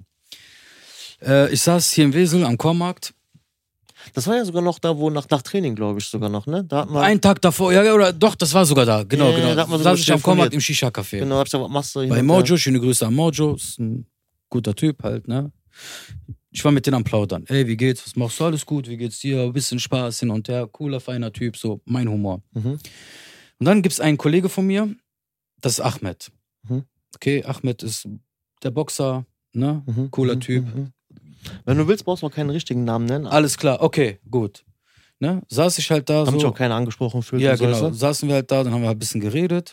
Ich saß hier in Wesel am Kormarkt. Das war ja sogar noch da, wo nach Training, glaube ich, sogar noch, ne? Da hatten wir, Einen Tag davor, ja, oder doch, das war sogar da. Genau. Ja, da hat man Da sogar saß ich am Kormarkt im telefoniert. Shisha-Café. Genau, hab ich gesagt, was machst du hier? Bei Mojo, schöne Grüße an Mojo. Ist ein guter Typ halt, ne? Ich war mit denen am Plaudern. Ey, wie geht's? Was machst du? Alles gut? Wie geht's dir? Ein bisschen Spaß hin und her. Cooler, feiner Typ, so mein Humor. Mhm. Und dann gibt's einen Kollege von mir, das ist Ahmed. Mhm. Okay, Ahmed ist der Boxer, ne? Mhm. Cooler Mhm. Typ. Mhm. Wenn du willst, brauchst du auch keinen richtigen Namen nennen. Alles klar, okay, gut. Ne? Saß ich halt da Damit sich so. auch keiner angesprochen fühlt. Ja, und so, genau. weißt du? Saßen wir halt da, dann haben wir halt ein bisschen geredet.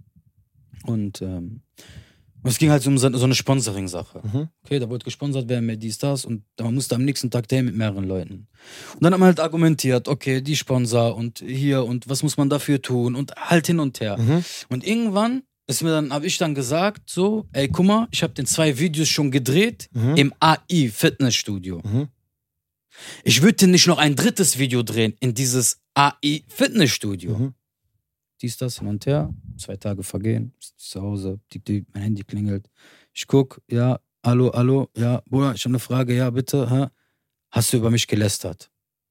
Und es ging halt so um so eine Sponsoring-Sache. Mhm. Okay, da wollte gesponsert werden mit dies, das und man musste am nächsten Tag dahin mit mehreren Leuten. Und dann haben wir halt argumentiert, okay, die Sponsor und hier und was muss man dafür tun und halt hin und her. Mhm. Und irgendwann habe ich dann gesagt, so, ey, guck mal, ich habe den 2 Videos schon gedreht Mhm. im AI Fitnessstudio. Mhm. Ich würde nicht noch ein 3. Video drehen in dieses AI Fitnessstudio. Mhm. Dies, das, hin und her. 2 Tage vergehen. Zu Hause, mein Handy klingelt. Ich guck, ja, hallo, ja, Bruder, ich habe eine Frage, ja, bitte, hä? Hast du über mich gelästert?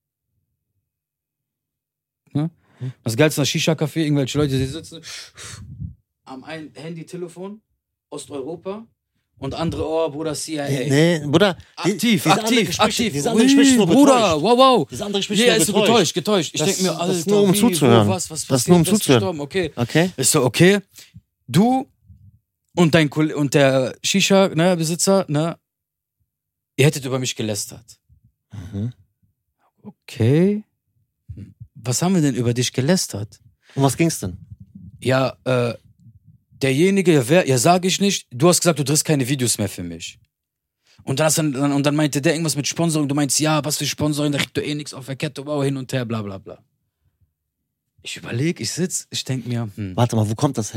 Ne? Das Geilste ist das Shisha-Café, irgendwelche Leute, die sitzen am einen Handy-Telefon, Osteuropa, und andere, oh, Bruder, CIA. Nee, Bruder. Aktiv. Diese andere Gespräche Ui, nur Bruder, getäuscht. wow. Diese andere Gespräche Ja, nur ist so getäuscht. Ich Das- denke mir, das Alter, ist nur, um wie, zuzuhören. Wo, was Das ist passiert, nur, um wer ist zuzuhören. gestorben? Okay. Okay. Ist so, okay, du und der Shisha-Besitzer, ne, ihr hättet über mich gelästert. Mhm. Okay. Was haben wir denn über dich gelästert? Um was ging's denn? Ja, derjenige, wer, sag ich nicht, du hast gesagt, du drehst keine Videos mehr für mich. Und dann meinte der irgendwas mit Sponsoring, du meinst, ja, was für Sponsoring, da kriegt du eh nichts auf der Kette, wow, hin und her, bla bla bla. Ich überlege, ich sitz, ich denk mir, Warte mal, wo kommt das her?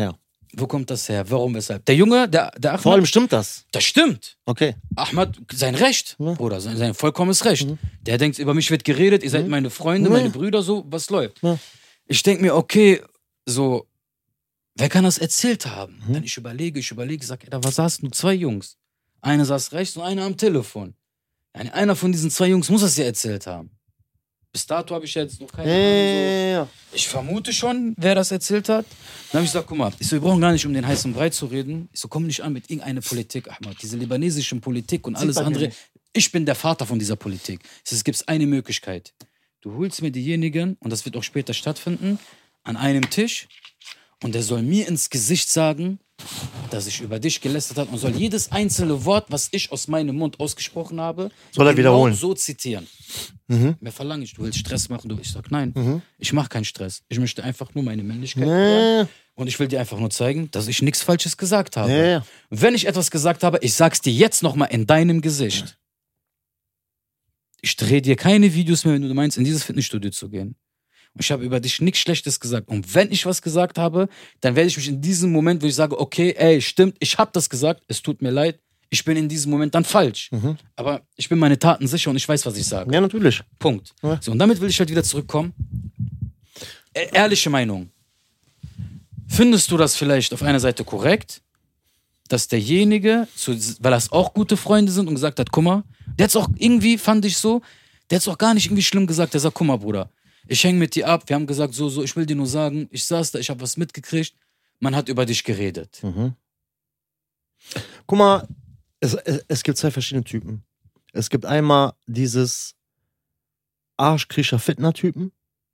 Wo kommt das her? Warum, weshalb? Der Junge, der Ahmad, Vor allem stimmt das. das stimmt. Okay. Ahmad, sein Recht, Ja. Bruder, sein vollkommenes Recht. Der denkt, über mich wird geredet, ihr seid meine Freunde, meine Brüder, so, was läuft? Ja. Ich denke mir, okay, so, wer kann das erzählt haben? Dann ich überlege, sag, ey, da saßen nur 2 Jungs. Einer saß rechts und einer am Telefon. Einer von diesen 2 Jungs muss das ja erzählt haben. Bis dato habe ich jetzt noch keine Ahnung. So. Ich vermute schon, wer das erzählt hat. Dann habe ich gesagt, guck mal, wir brauchen gar nicht um den heißen Brei zu reden. Ich so, komm nicht an mit irgendeiner Politik, Ahmad. Diese libanesischen Politik und alles andere. Ich bin der Vater von dieser Politik. Es gibt eine Möglichkeit. Du holst mir diejenigen, und das wird auch später stattfinden, an einem Tisch und der soll mir ins Gesicht sagen, dass ich über dich gelästert habe und soll jedes einzelne Wort, was ich aus meinem Mund ausgesprochen habe, soll er wiederholen. so zitieren. Mehr verlange ich. Du willst Stress machen? Ich sag, nein, ich mache keinen Stress. Ich möchte einfach nur meine Männlichkeit hören und ich will dir einfach nur zeigen, dass ich nichts Falsches gesagt habe. Wenn ich etwas gesagt habe, ich sag's dir jetzt nochmal in deinem Gesicht. Ich drehe dir keine Videos mehr, wenn du meinst, in dieses Fitnessstudio zu gehen. Und ich habe über dich nichts Schlechtes gesagt. Und wenn ich was gesagt habe, dann werde ich mich in diesem Moment, wo ich sage, okay, ey, stimmt, ich habe das gesagt, es tut mir leid, ich bin in diesem Moment dann falsch. Aber ich bin meine Taten sicher und ich weiß, was ich sage. Ja, natürlich. Punkt. Ja. So, und damit will ich halt wieder zurückkommen. Ehrliche Meinung. Findest du das vielleicht auf einer Seite korrekt, dass derjenige, weil das auch gute Freunde sind und gesagt hat, guck mal, der hat's auch irgendwie, fand ich so, der hat's auch gar nicht irgendwie schlimm gesagt, der sagt, guck mal, Bruder, ich hänge mit dir ab, wir haben gesagt, so, ich will dir nur sagen, ich saß da, ich habe was mitgekriegt, man hat über dich geredet. Guck mal, es gibt 2 verschiedene Typen. Es gibt einmal dieses Arschkriecher-Fitner-Typen,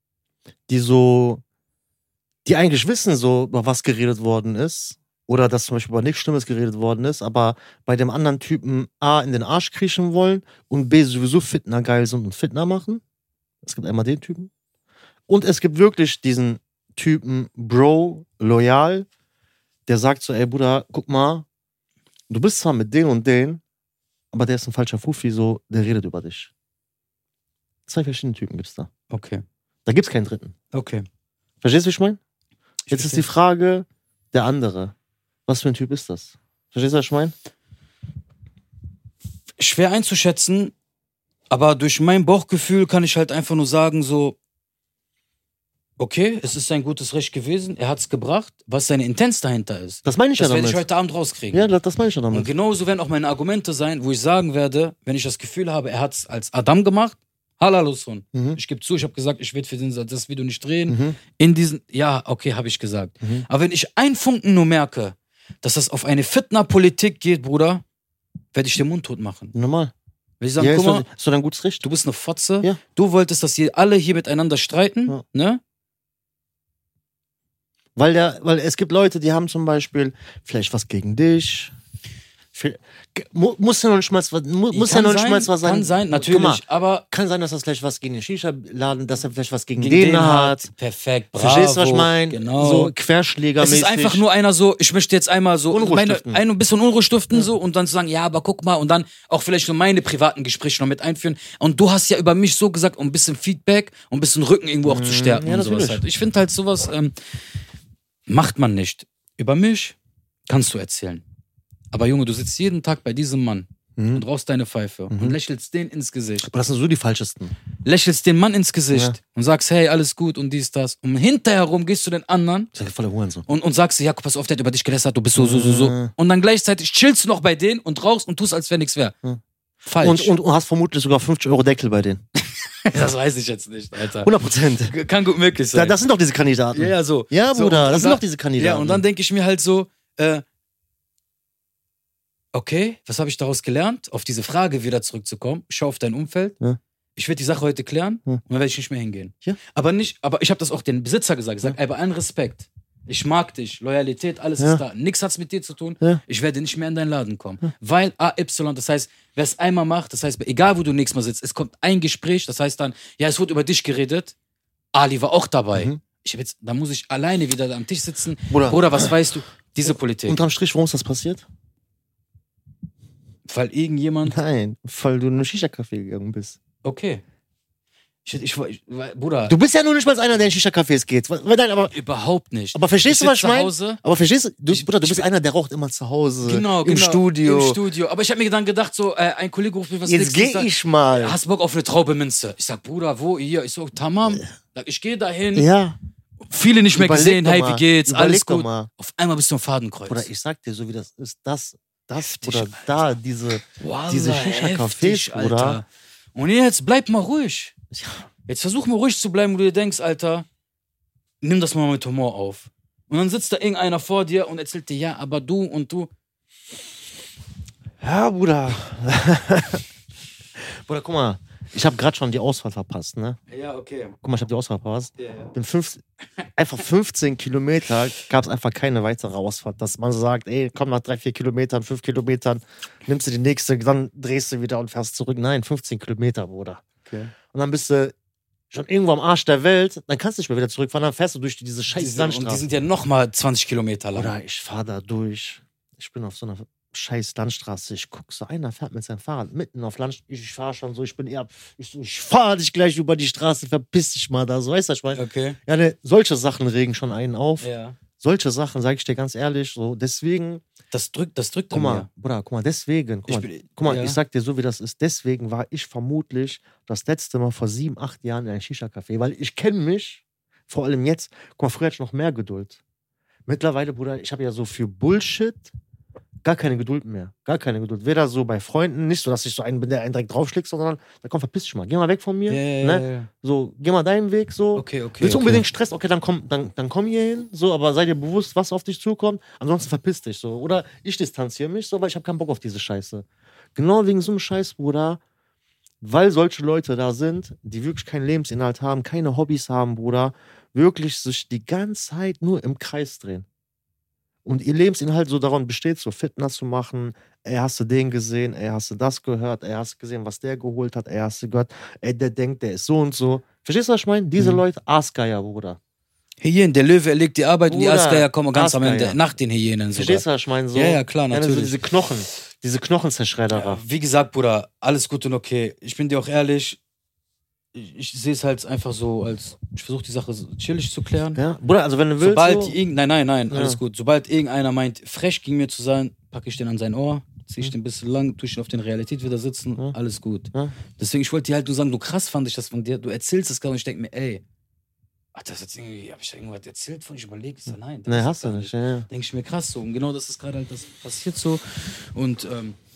die eigentlich wissen, so, über was geredet worden ist, oder dass zum Beispiel über nichts Schlimmes geredet worden ist, aber bei dem anderen Typen A, in den Arsch kriechen wollen und B, sowieso Fitner geil sind und Fitner machen. Es gibt einmal den Typen. Und es gibt wirklich diesen Typen Bro, loyal, der sagt so, ey Bruder, guck mal, du bist zwar mit den und den, aber der ist ein falscher Fufi, so, der redet über dich. 2 verschiedene Typen gibt's da. Okay. Da gibt's keinen dritten. Okay. Verstehst du, wie ich meine? Jetzt ist die Frage, der andere. Was für ein Typ ist das? Verstehst du, was ich meine? Schwer einzuschätzen, aber durch mein Bauchgefühl kann ich halt einfach nur sagen, so, okay, es ist sein gutes Recht gewesen, er hat's gebracht, was seine Intenz dahinter ist. Das meine ich ja Das werde damit. ich heute Abend rauskriegen. Ja, das meine ich ja Und damit. genauso werden auch meine Argumente sein, wo ich sagen werde, wenn ich das Gefühl habe, er hat's als Adam gemacht, Halalusun. Ich gebe zu, ich habe gesagt, ich werde für das Video nicht drehen. In diesen, ja, okay, habe ich gesagt. Aber wenn ich einen Funken nur merke, dass das auf eine Fitner-Politik geht, Bruder, werde ich den Mund tot machen. Normal. Wenn ich sage, Ja, guck mal, ist doch dein gutes Recht. du bist eine Fotze, Ja. du wolltest, dass alle hier miteinander streiten, Ja. ne? Weil es gibt Leute, die haben zum Beispiel vielleicht was gegen dich. Muss ja noch nicht mal was sein. Kann sein, natürlich, Guck mal, aber kann sein, dass das vielleicht was gegen den Shisha-Laden, dass er vielleicht was gegen gegen den hat. Perfekt, bravo. Verstehst du, was ich meine? Genau. So querschlägermäßig. Es ist einfach nur einer so, ich möchte jetzt einmal so Unruhe stiften. ein bisschen Unruhe stiften so und dann zu sagen, ja, aber guck mal und dann auch vielleicht nur meine privaten Gespräche noch mit einführen. Und du hast ja über mich so gesagt, um ein bisschen Feedback und ein bisschen Rücken irgendwo auch zu stärken ja, und sowas natürlich. halt. Ich finde halt sowas macht man nicht. Über mich kannst du erzählen. Aber Junge, du sitzt jeden Tag bei diesem Mann und rauchst deine Pfeife und lächelst den ins Gesicht. Aber das sind so die falschesten. Lächelst den Mann ins Gesicht Ja. und sagst, hey, alles gut und dies, das. Und hinterherum gehst du den anderen Das ist ja voller Hurensohn. und sagst, ja, pass auf, der hat über dich gelästert, du bist so. Und dann gleichzeitig chillst du noch bei denen und rauchst und tust, als wäre nichts wäre. Falsch. Und hast vermutlich sogar 50 € Deckel bei denen. das weiß ich jetzt nicht, Alter. 100%. Kann gut möglich sein. Das sind doch diese Kandidaten. ja, so. Ja, So, Bruder, und das sind dann- doch diese Kandidaten. Ja, und dann denke ich mir halt so, okay, was habe ich daraus gelernt? Auf diese Frage wieder zurückzukommen. Schau auf dein Umfeld. Ja. Ich werde die Sache heute klären Ja. und dann werde ich nicht mehr hingehen. Ja. Aber ich habe das auch den Besitzer gesagt. Ich sage, ey, bei allem Respekt. Ich mag dich, Loyalität, alles Ja. ist da. Nichts hat's mit dir zu tun. Ja. Ich werde nicht mehr in deinen Laden kommen. Weil AY, das heißt, wer es einmal macht, das heißt, egal wo du nächstes Mal sitzt, es kommt ein Gespräch, das heißt dann, ja, es wurde über dich geredet. Ali war auch dabei. Da muss ich alleine wieder da am Tisch sitzen. Bruder. Was weißt du? Diese Politik. Unterm Strich, warum ist das passiert? Weil irgendjemand. Nein, weil du in einen Shisha-Café gegangen bist. Okay. Bruder. Du bist ja nur nicht mal einer, der in Shisha-Cafés geht. Nein, aber Überhaupt nicht. Aber verstehst du, was ich meine? Hause. Aber verstehst du, Bruder, du bist einer, der raucht immer zu Hause. Im Studio. Im Studio. Aber ich habe mir dann gedacht, so, ein Kollege ruft mir was Jetzt geh ich mal. Hast du Bock auf eine Traube Minze? Ich sag, Bruder, wo? Hier. Ich so, tamam. Ich gehe dahin. Ja. Viele nicht mehr gesehen. Hey, wie geht's? Alles gut. Mal. Auf einmal bist du am Fadenkreuz. Bruder, ich sag dir, so wie das ist, das oder da, diese Shisha-Cafés, Bruder. Und jetzt bleib mal ruhig. Ja. Jetzt versuch mal ruhig zu bleiben, wo du dir denkst, Alter, nimm das mal mit Humor auf. Und dann sitzt da irgendeiner vor dir und erzählt dir, ja, aber du und du. Ja, Bruder. Bruder, guck mal, ich habe gerade schon die Ausfahrt verpasst, ne? Ja, okay. Guck mal, ich habe die Ausfahrt verpasst. Ja. Bin einfach 15 Kilometer gab es einfach keine weitere Ausfahrt, dass man so sagt, ey, komm nach 3-4 Kilometern, 5 Kilometern, nimmst du die nächste, dann drehst du wieder und fährst zurück. Nein, 15 Kilometer, Bruder. Okay. Und dann bist du schon irgendwo am Arsch der Welt, dann kannst du nicht mehr wieder zurückfahren, dann fährst du durch diese scheiß Landstraße. Und die sind ja nochmal 20 Kilometer lang. Oder ich fahre da durch. Ich bin auf so einer scheiß Landstraße. Ich guck so, einer fährt mit seinem Fahrrad mitten auf Landstraße. Ich fahre schon so, ich fahre dich gleich über die Straße, verpiss dich mal da. So, weißt du, was ich meine? Okay. Ja, ne, solche Sachen regen schon einen auf. Ja. Solche Sachen, sage ich dir ganz ehrlich, so, deswegen. Das drückt guck mal, Bruder, guck mal, deswegen, guck mal, ich sag dir so, wie das ist, deswegen war ich vermutlich das letzte Mal vor 7, 8 Jahren in einem Shisha-Café, weil ich kenne mich, vor allem jetzt, guck mal, früher hatte ich noch mehr Geduld. Mittlerweile, Bruder, ich habe ja so für Bullshit gar keine Geduld mehr. Gar keine Geduld. Weder so bei Freunden, nicht so, dass ich so einen bin, der einen direkt draufschlägt, sondern, da komm, verpiss dich mal. Geh mal weg von mir. Ne? So, geh mal deinen Weg, so. Okay. Willst du unbedingt Stress? Okay, dann komm hier hin, so, aber sei dir bewusst, was auf dich zukommt. Ansonsten verpiss dich, so. Oder ich distanziere mich, so, weil ich habe keinen Bock auf diese Scheiße. Genau wegen so einem Scheiß, Bruder, weil solche Leute da sind, die wirklich keinen Lebensinhalt haben, keine Hobbys haben, Bruder, wirklich sich die ganze Zeit nur im Kreis drehen. Und ihr Lebensinhalt so daran besteht, so Fitness zu machen. Ey, hast du den gesehen? Ey, hast du das gehört? Ey, hast du gesehen, was der geholt hat? Ey, hast du gehört? Ey, der denkt, der ist so und so. Verstehst du, was ich meine? Diese Leute, Aasgeier, Bruder. Hyänen, der Löwe erlegt die Arbeit und die Aasgeier kommen ganz Aasgeier. am Ende, nach den Hyänen sogar. Verstehst du, was ich meine? So, ja, klar, natürlich. So diese Knochenzerschredderer. Ja, wie gesagt, Bruder, alles gut und okay. Ich bin dir auch ehrlich, ich sehe es halt einfach so, als ich versuche die Sache chillig zu klären. Ja, Bruder, also wenn du willst. Nein, Ja. alles gut. Sobald irgendeiner meint, frech gegen mir zu sein, packe ich den an sein Ohr, ziehe ich den ein bisschen lang, tue ich ihn auf den Realität wieder sitzen, alles gut. Ja. Deswegen, ich wollte dir halt nur sagen, du krass fand ich das von dir, du erzählst es gerade und ich denke mir, ey, habe ich da irgendwas erzählt von? Ich überlege, nein. Nee, hast du nicht, ja. Denke ich mir krass so. Und genau das ist gerade halt, das passiert so. Und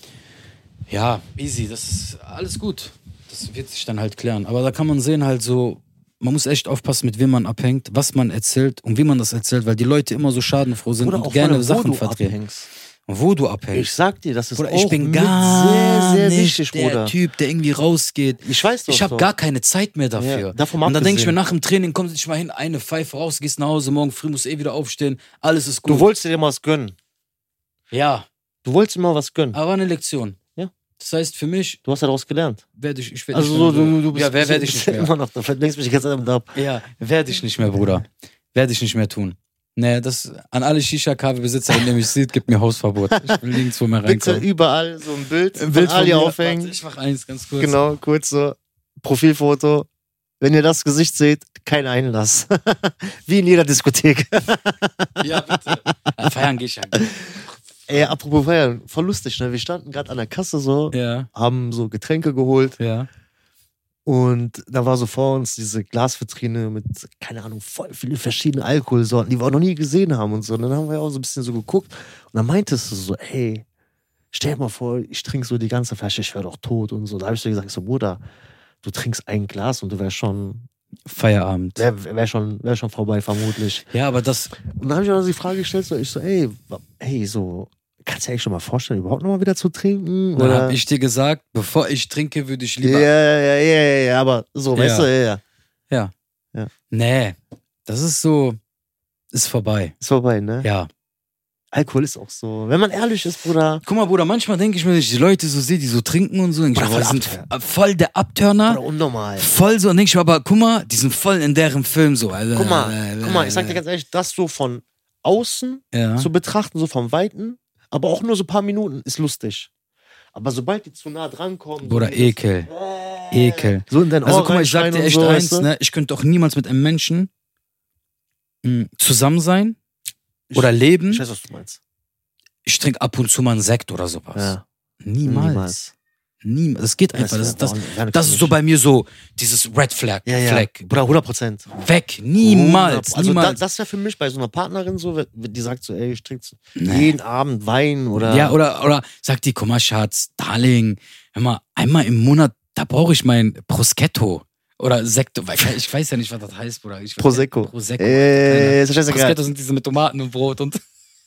ja, easy, das ist alles gut. Das wird sich dann halt klären. Aber da kann man sehen halt so, man muss echt aufpassen, mit wem man abhängt, was man erzählt und wie man das erzählt, weil die Leute immer so schadenfroh sind und gerne Sachen verdrehen. Wo du abhängst. Ich sag dir, das ist Bruder, auch ich bin gar sehr, sehr nicht wichtig, der Bruder. Typ, der irgendwie rausgeht. Ich weiß doch. Ich habe gar keine Zeit mehr dafür. Ja, davon und dann denke ich mir, abgesehen. nach dem Training, komm dich mal hin, eine Pfeife raus, gehst nach Hause, morgen früh musst du wieder aufstehen, alles ist gut. Du wolltest dir mal was gönnen. Ja. Du wolltest dir mal was gönnen. Aber eine Lektion. Ja. Das heißt, für mich Du hast daraus gelernt. werde ich nicht Also mehr. du bist Ja, werde ich nicht mehr. immer noch, da lenkst mich die ganze Zeit ab. Ja, werde ich nicht mehr, Bruder. Werde ich nicht mehr tun. Nee, das an alle Shisha-Kaffee-Besitzer, wenn ihr mich seht, gibt mir Hausverbot. Ich will nirgendwo mehr Bitte reinkommen. überall so ein Bild Ein von von Ali mir. aufhängen. Warte, ich mach eins ganz kurz. Genau, kurz so. Profilfoto. Wenn ihr das Gesicht seht, kein Einlass. Wie in jeder Diskothek. Ja, bitte. Ja, feiern geh ich ja. Ey, apropos feiern, voll lustig, ne? Wir standen gerade an der Kasse so, Ja, haben so Getränke geholt ja. und da war so vor uns diese Glasvitrine mit, keine Ahnung, voll viele verschiedene Alkoholsorten, die wir auch noch nie gesehen haben und so. Und dann haben wir auch so ein bisschen so geguckt und dann meintest du so, ey, stell dir mal vor, ich trinke so die ganze Flasche, ich wäre doch tot und so. Da habe ich so gesagt, so, Bruder, du trinkst ein Glas und du wärst schon, Feierabend. wär schon vorbei, vermutlich. Ja, aber das. Und dann habe ich auch die Frage gestellt, so, ich so, ey, so, kannst du dir eigentlich schon mal vorstellen, überhaupt noch mal wieder zu trinken? Dann Oder? habe ich dir gesagt, bevor ich trinke, würde ich lieber. Ja, aber so, Ja. weißt du, ja. Nee, das ist so. Ist vorbei. Ist vorbei, ne? Ja. Alkohol ist auch so, wenn man ehrlich ist, Bruder. Guck mal, Bruder, manchmal denke ich mir, wenn ich die Leute so sehe, die so trinken und so, denke ich mir, Bruder, die voll sind voll der Abturner. Bruder, unnormal. Voll so, und denke ich mir, aber guck mal, die sind voll in deren Film so. Guck mal, ich sag dir ganz ehrlich, das so von außen Ja. zu betrachten, so vom Weiten, aber auch nur so ein paar Minuten, ist lustig. Aber sobald die zu nah drankommen. Bruder, so dieses, Ekel. Ekel. So in dein Ohr Also guck mal, ich sag reinschreien dir und echt so, eins, weißt du? ne? Ich könnte auch niemals mit einem Menschen zusammen sein oder leben. Ich weiß, was du meinst. Ich trinke ab und zu mal einen Sekt oder sowas. Ja. Niemals. Niemals. Das geht einfach. Das ist so bei bei mir so, dieses Red Flag. Flag. Bruder, 100%. Weg. Niemals. Also niemals. das wäre für mich bei so einer Partnerin so, die sagt so, ey, ich trinke Nee. jeden Abend Wein oder... Ja, oder sagt die, guck mal, Schatz, Darling, hör mal, einmal im Monat, da brauche ich mein Prosecco. Oder Sekto, ich weiß ja nicht, was das heißt, Bruder. Prosecco. Prosecco. Ist scheißegal. Prosecco sind diese mit Tomaten und Brot und...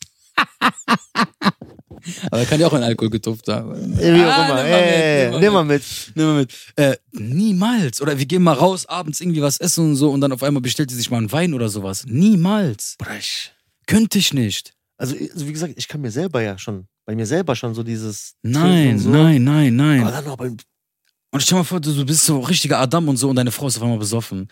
Aber er kann ja auch in Alkohol getupft haben. Wie auch immer. Nimm mal mit. Niemals. Oder wir gehen mal raus, abends irgendwie was essen und so und dann auf einmal bestellt sie sich mal einen Wein oder sowas. Niemals. Könnte ich nicht. Also wie gesagt, ich kann bei mir selber schon so dieses... Nein, so. nein. Aber dann noch beim... Und stell dir mal vor, du bist so richtiger Adam und so und deine Frau ist auf einmal besoffen.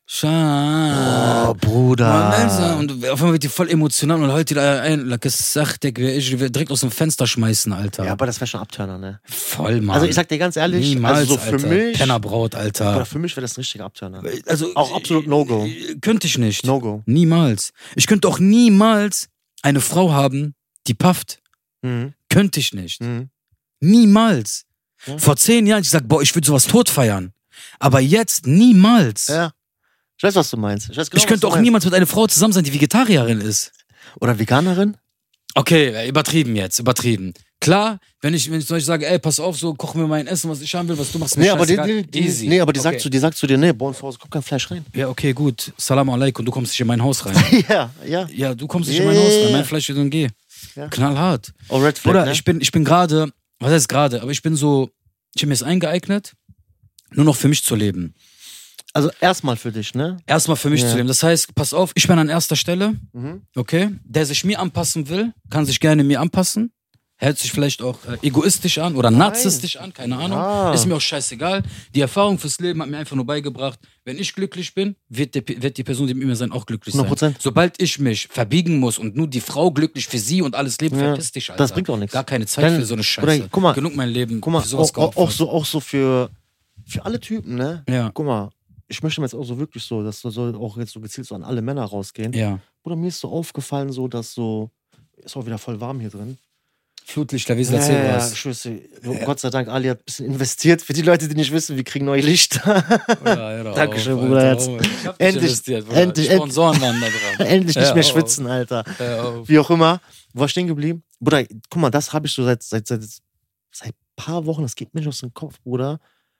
Oh, Bruder. Und auf einmal wird die voll emotional und heute ein, gesagt, ich will direkt aus dem Fenster schmeißen, Alter. Ja, aber das wäre schon Abturner, ne? Voll, Mann. Also ich sag dir ganz ehrlich, niemals, also so für Alter. mich... Pennerbraut, Alter. Oder für mich wäre das ein richtiger Abturner. Also, auch absolut No-Go. Könnte ich nicht. No-Go. Niemals. Ich könnte auch niemals eine Frau haben, die pafft. Mhm. Könnte ich nicht. Mhm. Niemals. Ja. Vor 10 Jahren, ich sag, boah, ich würde sowas tot feiern. Aber jetzt niemals. Ja. Ich weiß, was du meinst. Ich weiß genau, Ich könnte auch niemals mit einer Frau zusammen sein, die Vegetarierin ist. Oder Veganerin? Okay, übertrieben. Klar, wenn ich euch sage, ey, pass auf, so kochen wir mein Essen, was ich haben will, was du machst, mir easy. Nee, aber die sagt zu dir, nee, bei uns zu Hause kommt kein Fleisch rein. Ja, okay, gut. Salam alaikum, du kommst nicht in mein Haus rein. Ja. Ja, du kommst nicht in mein Haus rein, mein Fleisch wird und geh. Ja. Knallhart. Oh, Red Flag, Oder ne? ich bin gerade, was heißt gerade, aber ich habe mir es eingeeignet, nur noch für mich zu leben. Also erstmal für dich, ne? Erstmal für mich Ja. zu leben. Das heißt, pass auf, ich bin an erster Stelle, okay? Der sich mir anpassen will, kann sich gerne mir anpassen. Hört sich vielleicht auch egoistisch an oder narzisstisch an, keine Ahnung. Ah. Ist mir auch scheißegal. Die Erfahrung fürs Leben hat mir einfach nur beigebracht, wenn ich glücklich bin, wird die Person, die mit mir sein, auch glücklich sein. 100%. Sobald ich mich verbiegen muss und nur die Frau glücklich für sie und alles Leben, verpiss dich, Alter. Das bringt auch nichts. Gar keine Zeit für so eine Scheiße. Oder, guck mal, genug mein Leben Guck mal, für sowas auch so für alle Typen, ne? Ja. Guck mal, ich möchte mir jetzt auch so wirklich so, das soll auch jetzt so gezielt so an alle Männer rausgehen. Ja. Oder mir ist so aufgefallen, so, dass so, ist auch wieder voll warm hier drin. Flutlichter, wie erzähl was. ich weiß nicht, Gott sei Dank, Ali hat ein bisschen investiert. Für die Leute, die nicht wissen, wir kriegen neue Lichter. Dankeschön, Bruder. Ich hab Endlich, investiert, Bruder. endlich, Die Sponsoren waren da dran. Endlich nicht Ja, mehr oh. schwitzen, Alter. Ja, Wie auch immer. Wo war ich stehen geblieben? Bruder, guck mal, das habe ich so seit paar Wochen, das geht mir nicht aus dem Kopf, Bruder.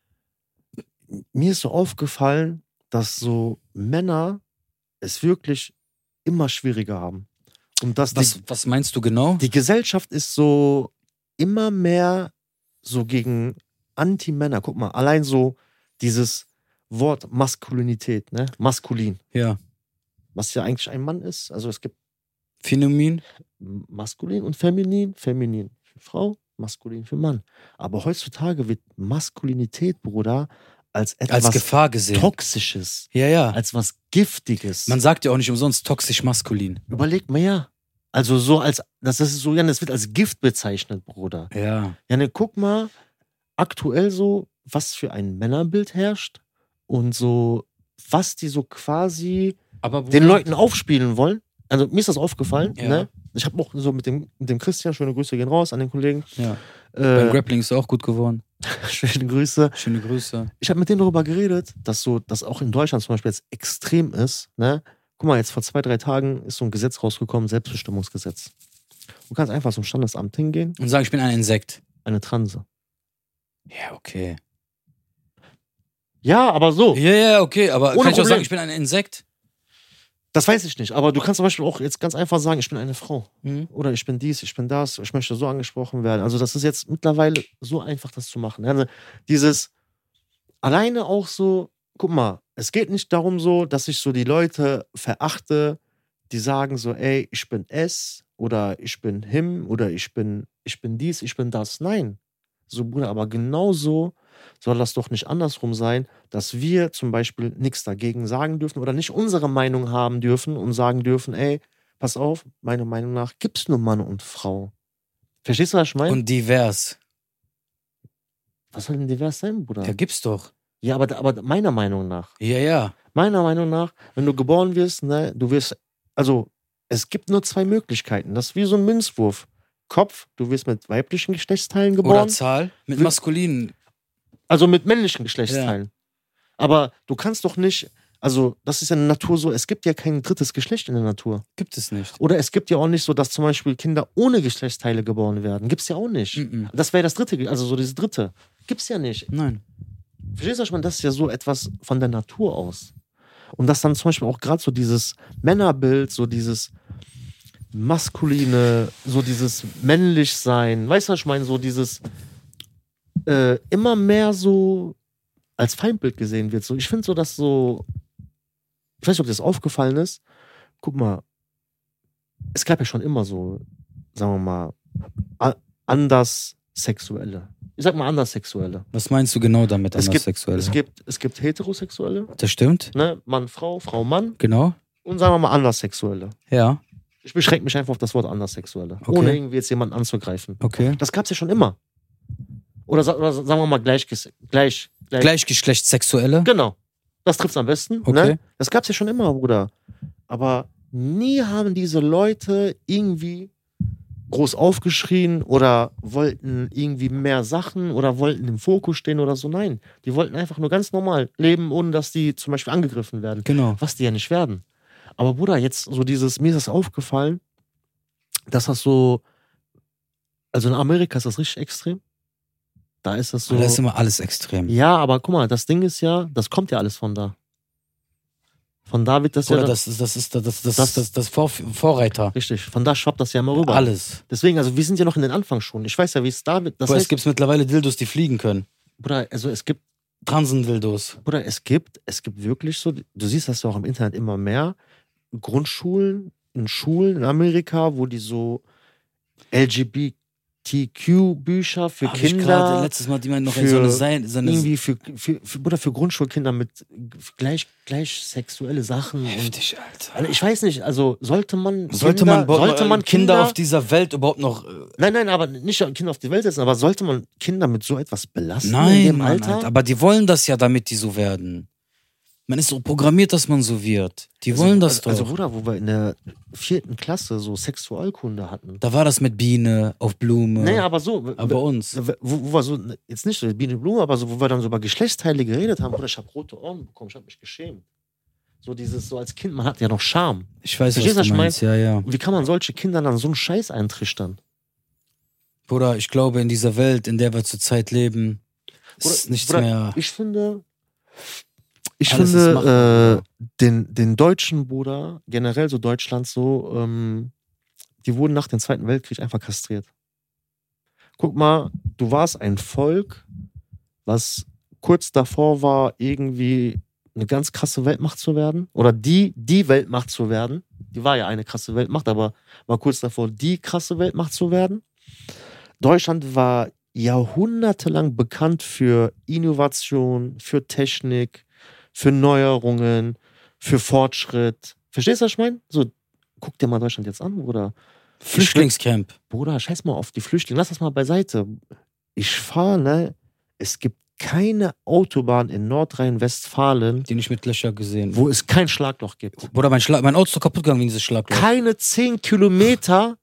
Mir ist so aufgefallen, dass so Männer es wirklich immer schwieriger haben. Und dass was meinst du genau? die Gesellschaft ist so immer mehr so gegen Anti-Männer. Guck mal, allein so dieses Wort Maskulinität, ne? Maskulin. Ja. Was ja eigentlich ein Mann ist. Also es gibt Phänomen? maskulin und feminin. Feminin für Frau, maskulin für Mann. Aber heutzutage wird Maskulinität, Bruder, als etwas Als Gefahr gesehen. Toxisches, Ja. als was Giftiges. Man sagt ja auch nicht umsonst toxisch maskulin. Überleg mal, ja. Also so das ist so, ja, das wird als Gift bezeichnet, Bruder. Ja. Ja, ne, guck mal, aktuell so, was für ein Männerbild herrscht und so, was die so quasi Aber den Leuten aufspielen wollen. Also mir ist das aufgefallen, Ja. ne? Ich habe auch so mit dem Christian, schöne Grüße gehen raus an den Kollegen. Ja. Beim Grappling ist er auch gut geworden. Schöne Grüße. Schöne Grüße. Ich habe mit denen darüber geredet, dass das auch in Deutschland zum Beispiel jetzt extrem ist, ne? Guck mal, jetzt vor 2-3 Tagen ist so ein Gesetz rausgekommen, Selbstbestimmungsgesetz. Du kannst einfach zum Standesamt hingehen, Und sagen, ich bin ein Insekt. eine Transe. Ja, okay. Ja, aber so. Ja, okay, aber Ohne kann ich auch Problem. sagen, ich bin ein Insekt? Das weiß ich nicht, aber du kannst zum Beispiel auch jetzt ganz einfach sagen, ich bin eine Frau. Mhm. Oder ich bin dies, ich bin das, ich möchte so angesprochen werden. Also das ist jetzt mittlerweile so einfach, das zu machen. Also dieses alleine auch so, guck mal, es geht nicht darum so, dass ich so die Leute verachte, die sagen so, ey, ich bin es oder ich bin him oder ich bin dies, ich bin das. Nein. So, Bruder, aber genauso soll das doch nicht andersrum sein, dass wir zum Beispiel nichts dagegen sagen dürfen oder nicht unsere Meinung haben dürfen und sagen dürfen, ey, pass auf, meiner Meinung nach gibt es nur Mann und Frau. Verstehst du, was ich meine? Und divers. Was soll denn divers sein, Bruder? Ja, gibt's doch. Ja, aber meiner Meinung nach, Ja. wenn du geboren wirst, ne, also es gibt nur 2 Möglichkeiten. Das ist wie so ein Münzwurf. Kopf, du wirst mit weiblichen Geschlechtsteilen Oder geboren. Zahl mit maskulinen. Also mit männlichen Geschlechtsteilen. Aber du kannst doch nicht, also das ist ja in der Natur so, es gibt ja kein drittes Geschlecht in der Natur. Gibt es nicht. Oder es gibt ja auch nicht so, dass zum Beispiel Kinder ohne Geschlechtsteile geboren werden. Gibt's ja auch nicht. Das wäre das dritte, also so dieses dritte. Gibt's ja nicht. Nein. Verstehst du, ich meine, das ist ja so etwas von der Natur aus. Und dass dann zum Beispiel auch gerade so dieses Männerbild, so dieses maskuline, so dieses männlich sein, weißt du, was ich meine, so dieses immer mehr so als Feindbild gesehen wird. So, ich finde so, dass so, ich weiß nicht, ob dir das aufgefallen ist. Guck mal, es gab ja schon immer so, sagen wir mal, Anderssexuelle. Ich sag mal Anderssexuelle. Was meinst du genau damit, Anderssexuelle? Es gibt Heterosexuelle, Das stimmt. ne? Mann, Frau, Frau, Mann. Genau. Und sagen wir mal Anderssexuelle. Ja. Ich beschränke mich einfach auf das Wort Anderssexuelle. Okay. Ohne irgendwie jetzt jemanden anzugreifen. Okay. Das gab's ja schon immer. Oder sagen wir mal Gleichgeschlechtssexuelle? Genau. Das trifft's am besten. Okay. Ne? Das gab's ja schon immer, Bruder. Aber nie haben diese Leute irgendwie groß aufgeschrien oder wollten irgendwie mehr Sachen oder wollten im Fokus stehen oder so. Nein, die wollten einfach nur ganz normal leben, ohne dass die zum Beispiel angegriffen werden. Genau. Was die ja nicht werden. Aber Bruder, jetzt so dieses, mir ist das aufgefallen, dass das so, also in Amerika ist das richtig extrem. Da ist das so. Da ist immer alles extrem. Ja, aber guck mal, das Ding ist ja, das kommt ja alles von da. Von da wird das Oder ja. das ist Vorreiter. Richtig, von da schwappt das ja mal rüber. Alles. Deswegen, also wir sind ja noch in den Anfang schon. Ich weiß ja, wie es da wird. Das Boah, es heißt, gibt mittlerweile Dildos, die fliegen können. Bruder, also es gibt Transen-Dildos. Bruder, es gibt wirklich so, du siehst das ja auch im Internet immer mehr, Grundschulen, in Schulen in Amerika, wo die so LGBTQ-Bücher für Hab ich Kinder, gerade letztes Mal, die meinen noch so eine irgendwie für Grundschulkinder mit gleich sexuelle Sachen. heftig, Alter. Also ich weiß nicht, also sollte man Kinder auf dieser Welt überhaupt noch... Nein, aber nicht Kinder auf die Welt setzen, aber sollte man Kinder mit so etwas belasten in Nein, dem Mann, Alter? Alter, aber die wollen das ja, damit die so werden. Man ist so programmiert, dass man so wird. Die wollen das doch. Also Bruder, wo wir in der 4. Klasse so Sexualkunde hatten. Da war das mit Biene auf Blume. Naja, aber so. Aber bei uns. Wo wir so, jetzt nicht so Biene Blume, aber so, wo wir dann so über Geschlechtsteile geredet haben, Bruder, ich habe rote Ohren bekommen, ich habe mich geschämt. So dieses, so als Kind, man hat ja noch Scham. Ich weiß, Verstehst was du ich meinst, ja. Und wie kann man solche Kinder dann so einen Scheiß eintrichtern? Bruder, ich glaube, in dieser Welt, in der wir zurzeit leben, ist nichts mehr... Ich finde, den Deutschen, Bruder, generell so Deutschland so, die wurden nach dem Zweiten Weltkrieg einfach kastriert. Guck mal, du warst ein Volk, was kurz davor war, irgendwie eine ganz krasse Weltmacht zu werden. Oder die Weltmacht zu werden. Die war ja eine krasse Weltmacht, aber war kurz davor, die krasse Weltmacht zu werden. Deutschland war jahrhundertelang bekannt für Innovation, für Technik, für Neuerungen, für Fortschritt. Verstehst du, was ich meine? So, guck dir mal Deutschland jetzt an, Bruder. Flüchtlingscamp. Bruder, scheiß mal auf die Flüchtlinge. Lass das mal beiseite. Ich fahre, ne? Es gibt keine Autobahn in Nordrhein-Westfalen, Die nicht mit Löcher gesehen. wo es kein Schlagloch gibt. Bruder, mein Auto ist doch kaputt gegangen wegen dieses Schlagloch. Keine 10 Kilometer,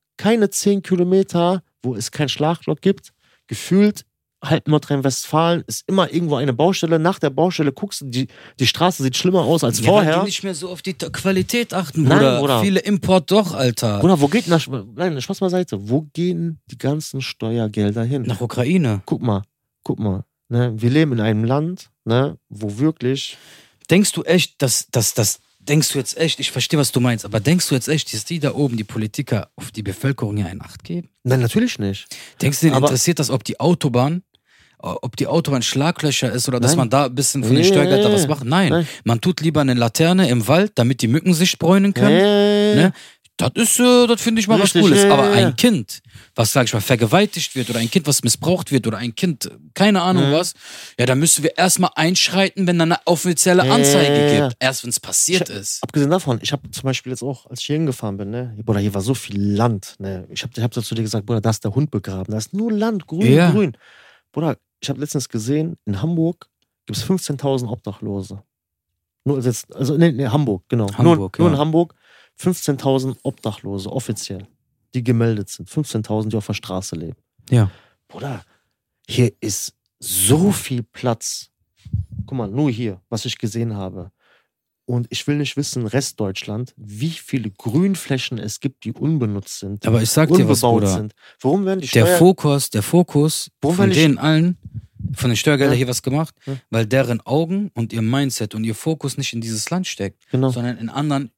wo es kein Schlagloch gibt. Gefühlt, halb Nordrhein-Westfalen ist immer irgendwo eine Baustelle. Nach der Baustelle guckst du, die Straße sieht schlimmer aus als vorher. Weil die nicht mehr so auf die Qualität achten, Nein, Bruder. Bruder. Viele Import doch, Alter. Bruder, wo geht nein, Spaß beiseite. Wo gehen die ganzen Steuergelder hin? Nach Ukraine. Guck mal. Ne? Wir leben in einem Land, ne, wo wirklich. Denkst du echt, denkst du jetzt echt, ich verstehe, was du meinst, aber denkst du jetzt echt, dass die da oben, die Politiker, auf die Bevölkerung ja in Acht geben? Nein, natürlich nicht. Denkst du, denen interessiert das, ob die Autobahn Schlaglöcher ist oder dass Nein. man da ein bisschen von den Steuergeldern was macht? Nein. Man tut lieber eine Laterne im Wald, damit die Mücken sich bräunen können. Ne? Das finde ich mal Richtig, was Cooles. ja. Aber ein Kind, was, sag ich mal, vergewaltigt wird oder ein Kind, was missbraucht wird oder ein Kind, keine Ahnung was, ja, da müssen wir erstmal einschreiten, wenn da eine offizielle Anzeige gibt. Erst wenn es passiert ist. Abgesehen davon, ich habe zum Beispiel jetzt auch, als ich hier hingefahren bin, ne, Bruder, hier war so viel Land. Ne? Ich hab so zu dir gesagt, Bruder, da ist der Hund begraben. Da ist nur Land, grün. Bruder, ich habe letztens gesehen, in Hamburg gibt es 15.000 Obdachlose. Nur jetzt, also nee, Hamburg, genau. Hamburg, nur ja. in Hamburg 15.000 Obdachlose, offiziell, die gemeldet sind. 15.000, die auf der Straße leben. Ja. Bruder, hier ist so viel Platz. Guck mal, nur hier, was ich gesehen habe. Und ich will nicht wissen, Restdeutschland, wie viele Grünflächen es gibt, die unbenutzt sind. Aber ich sag dir was, unbebaut Bruder. sind. Warum werden die Der Steuern... Fokus Warum von werden die denen allen, von den Steuergeldern Ja. hier was gemacht, Ja. weil deren Augen und ihr Mindset und ihr Fokus nicht in dieses Land steckt, Genau. sondern in anderen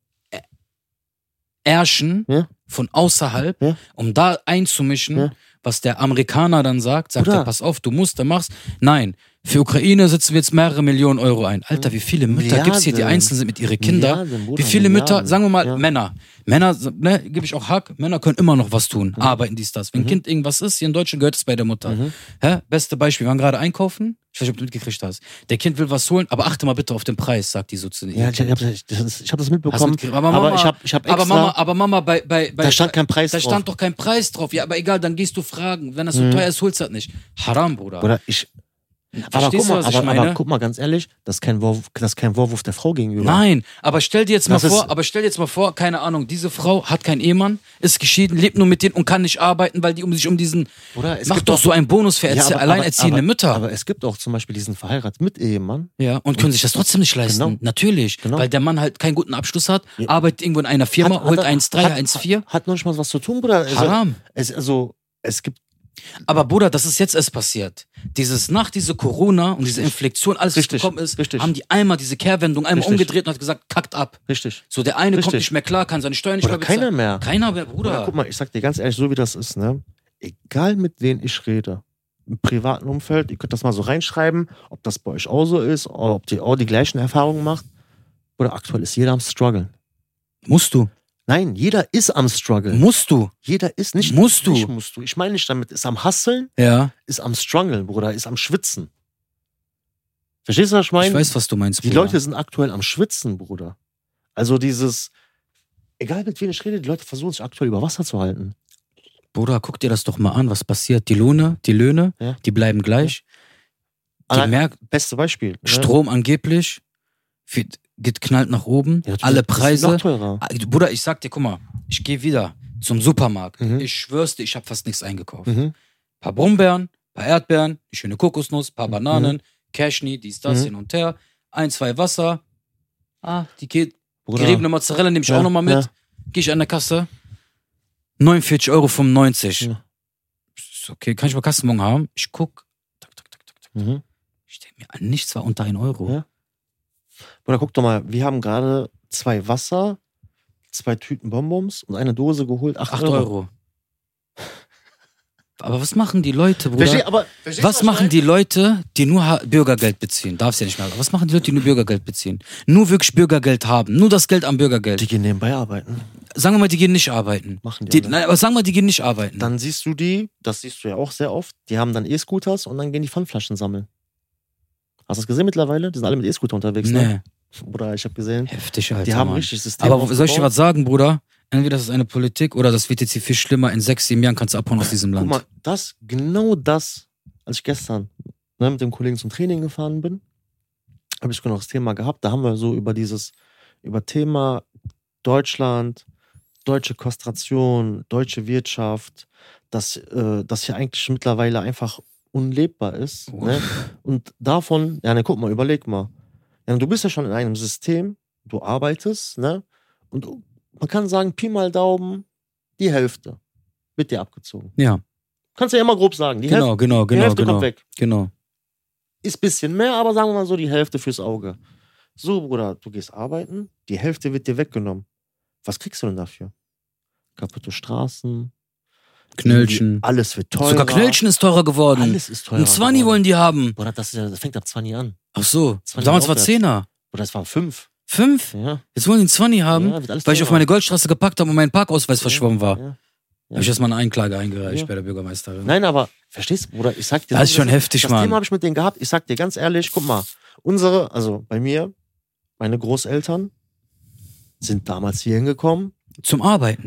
Ärschen Ja. von außerhalb, Ja. um da einzumischen, Ja. was der Amerikaner dann sagt Bruder. er, pass auf, du musst, da machst. Nein, für Ukraine setzen wir jetzt mehrere Millionen Euro ein. Alter, wie viele Mütter gibt es hier, die Milliarden. einzeln sind mit ihren Kindern? Milliarden, Bruder, Wie viele Milliarden. Mütter, sagen wir mal Ja. Männer, ne, gebe ich auch Hack, Männer können immer noch was tun, arbeiten dies, das. Wenn ein Kind irgendwas ist, hier in Deutschland gehört es bei der Mutter. Beste Beispiel, wir waren gerade einkaufen, ich weiß nicht, ob du mitgekriegt hast. Der Kind will was holen, aber achte mal bitte auf den Preis, sagt die so zu Ja, ich hab das mitbekommen. mitgekriegt? Aber Mama, ich hab extra... aber Mama, da stand kein Preis da drauf. stand doch kein Preis drauf. Ja, aber egal, dann gehst du fragen. Wenn das so teuer ist, holst du das nicht. Haram, Bruder. Oder aber Verstehst du, was ich meine? aber guck mal, ganz ehrlich, das ist kein Vorwurf der Frau gegenüber. Nein, aber stell dir jetzt Das mal vor, keine Ahnung, diese Frau hat keinen Ehemann, ist geschieden, lebt nur mit denen und kann nicht arbeiten, weil die sich um diesen... Oder es Mach gibt doch auch- so einen Bonus für Ja, alleinerziehende Mütter. Aber es gibt auch zum Beispiel diesen verheiratet mit Ehemann. Ja, und können sich das trotzdem nicht leisten. Genau. Natürlich, Genau. weil der Mann halt keinen guten Abschluss hat, arbeitet irgendwo in einer Firma, holt 1,3, 1,4. Hat noch nicht mal was zu tun, Bruder. Haram. Es gibt... Aber Bruder, das ist jetzt erst passiert. Nach dieser Corona und dieser Inflektion, alles was Richtig, gekommen ist, richtig. haben die einmal diese Kehrwendung einmal Richtig. umgedreht und hat gesagt, kackt ab. Richtig. So, der eine kommt Richtig. nicht mehr klar, kann seine Steuern nicht Oder mehr bezahlen. keiner mehr. Keiner mehr, Bruder. Oder guck mal, ich sag dir ganz ehrlich, so wie das ist, ne? Egal mit wem ich rede, im privaten Umfeld, ihr könnt das mal so reinschreiben, ob das bei euch auch so ist, oder ob ihr auch die gleichen Erfahrungen macht. Oder aktuell ist jeder am Struggeln. Musst du. Nein, jeder ist am Struggeln. Musst du. Jeder ist nicht. Musst du. Nicht musst du. Ich meine nicht damit, ist am Hustlen, Ja. ist am Struggeln, Bruder, ist am Schwitzen. Verstehst du, was ich meine? Ich weiß, was du meinst, Die Bruder. Leute sind aktuell am Schwitzen, Bruder. Also egal mit wem ich rede, die Leute versuchen sich aktuell über Wasser zu halten. Bruder, guck dir das doch mal an, was passiert. Die Löhne, Ja. die bleiben gleich. Beste Beispiel. Ne? Strom angeblich geht knallt nach oben. Ja, Alle das ist Preise. noch teurer. Bruder, ich sag dir, guck mal, ich gehe wieder zum Supermarkt. Mhm. Ich schwör's dir, ich habe fast nichts eingekauft. Mhm. Paar Brombeeren, paar Erdbeeren, eine schöne Kokosnuss, paar Bananen, Cashew, dies, das, hin und her. 1, 2 Wasser. Die Bruder. geriebene Mozzarella nehme ich Ja, auch nochmal mit. ja. Gehe ich an der Kasse. 49,95 Euro. Ja. Ist okay, kann ich mal Kassenbon haben? Ich guck. Tak. Mhm. Ich denke mir, nichts war unter 1 Euro. Ja. Bruder, guck doch mal, wir haben gerade 2 Wasser, 2 Tüten Bonbons und eine Dose geholt. 8 8 Euro. Euro. Aber was machen die Leute, Bruder? Verstehst du, Was machen die Leute, die nur Bürgergeld beziehen? Darfst ja nicht mehr. Was machen die Leute, die nur Bürgergeld beziehen? Nur wirklich Bürgergeld haben. Nur das Geld am Bürgergeld. Die gehen nebenbei arbeiten. Sagen wir mal, die gehen nicht arbeiten. Machen die alle. Nein, aber sagen wir mal, die gehen nicht arbeiten. Dann siehst du das siehst du ja auch sehr oft, die haben dann E-Scooters und dann gehen die Pfandflaschen sammeln. Hast du das gesehen mittlerweile? Die sind alle mit E-Scooter unterwegs, ne? Nee, Ich habe gesehen, heftig, Alter. die haben Mann. richtig System Aber soll ich dir aufgebaut. was sagen, Bruder? Entweder das ist eine Politik oder das wird jetzt hier viel schlimmer. In 6, 7 Jahren kannst du abhauen aus diesem Guck Land. mal, genau das, als ich gestern mit dem Kollegen zum Training gefahren bin, habe ich genau das Thema gehabt. Da haben wir so über Thema Deutschland, deutsche Kastration, deutsche Wirtschaft, dass hier eigentlich mittlerweile einfach unlebbar ist. Oh. Ne? Und davon, guck mal, überleg mal. Ja, du bist ja schon in einem System, du arbeitest, ne? Und man kann sagen, Pi mal Daumen, die Hälfte wird dir abgezogen. Ja, Kannst du ja immer grob sagen. Die genau. Hälfte kommt weg. Genau. Ist ein bisschen mehr, aber sagen wir mal so, die Hälfte fürs Auge. So, Bruder, du gehst arbeiten, die Hälfte wird dir weggenommen. Was kriegst du denn dafür? Kaputte Straßen. Knöllchen. irgendwie Alles wird teurer. Sogar Knöllchen ist teurer geworden. Alles ist teurer. Ein 20 wollen die haben. Bruder, das fängt ab 20 an. Ach so. 20 Damals war aufwärts. 10er. Bruder, das waren 5. 5? Ja. Jetzt wollen die einen 20 haben, Ja, wird alles weil ich auf teurer. meine Goldstraße gepackt habe und mein Parkausweis verschwommen war. Ja. Habe ich erstmal eine Einklage eingereicht Ja. bei der Bürgermeisterin. Nein, aber, verstehst du, Bruder, ich sag dir... Das ist schon heftig, das Mann. Thema habe ich mit denen gehabt. Ich sag dir ganz ehrlich, guck mal, also bei mir, meine Großeltern sind damals hier hingekommen. Zum Arbeiten.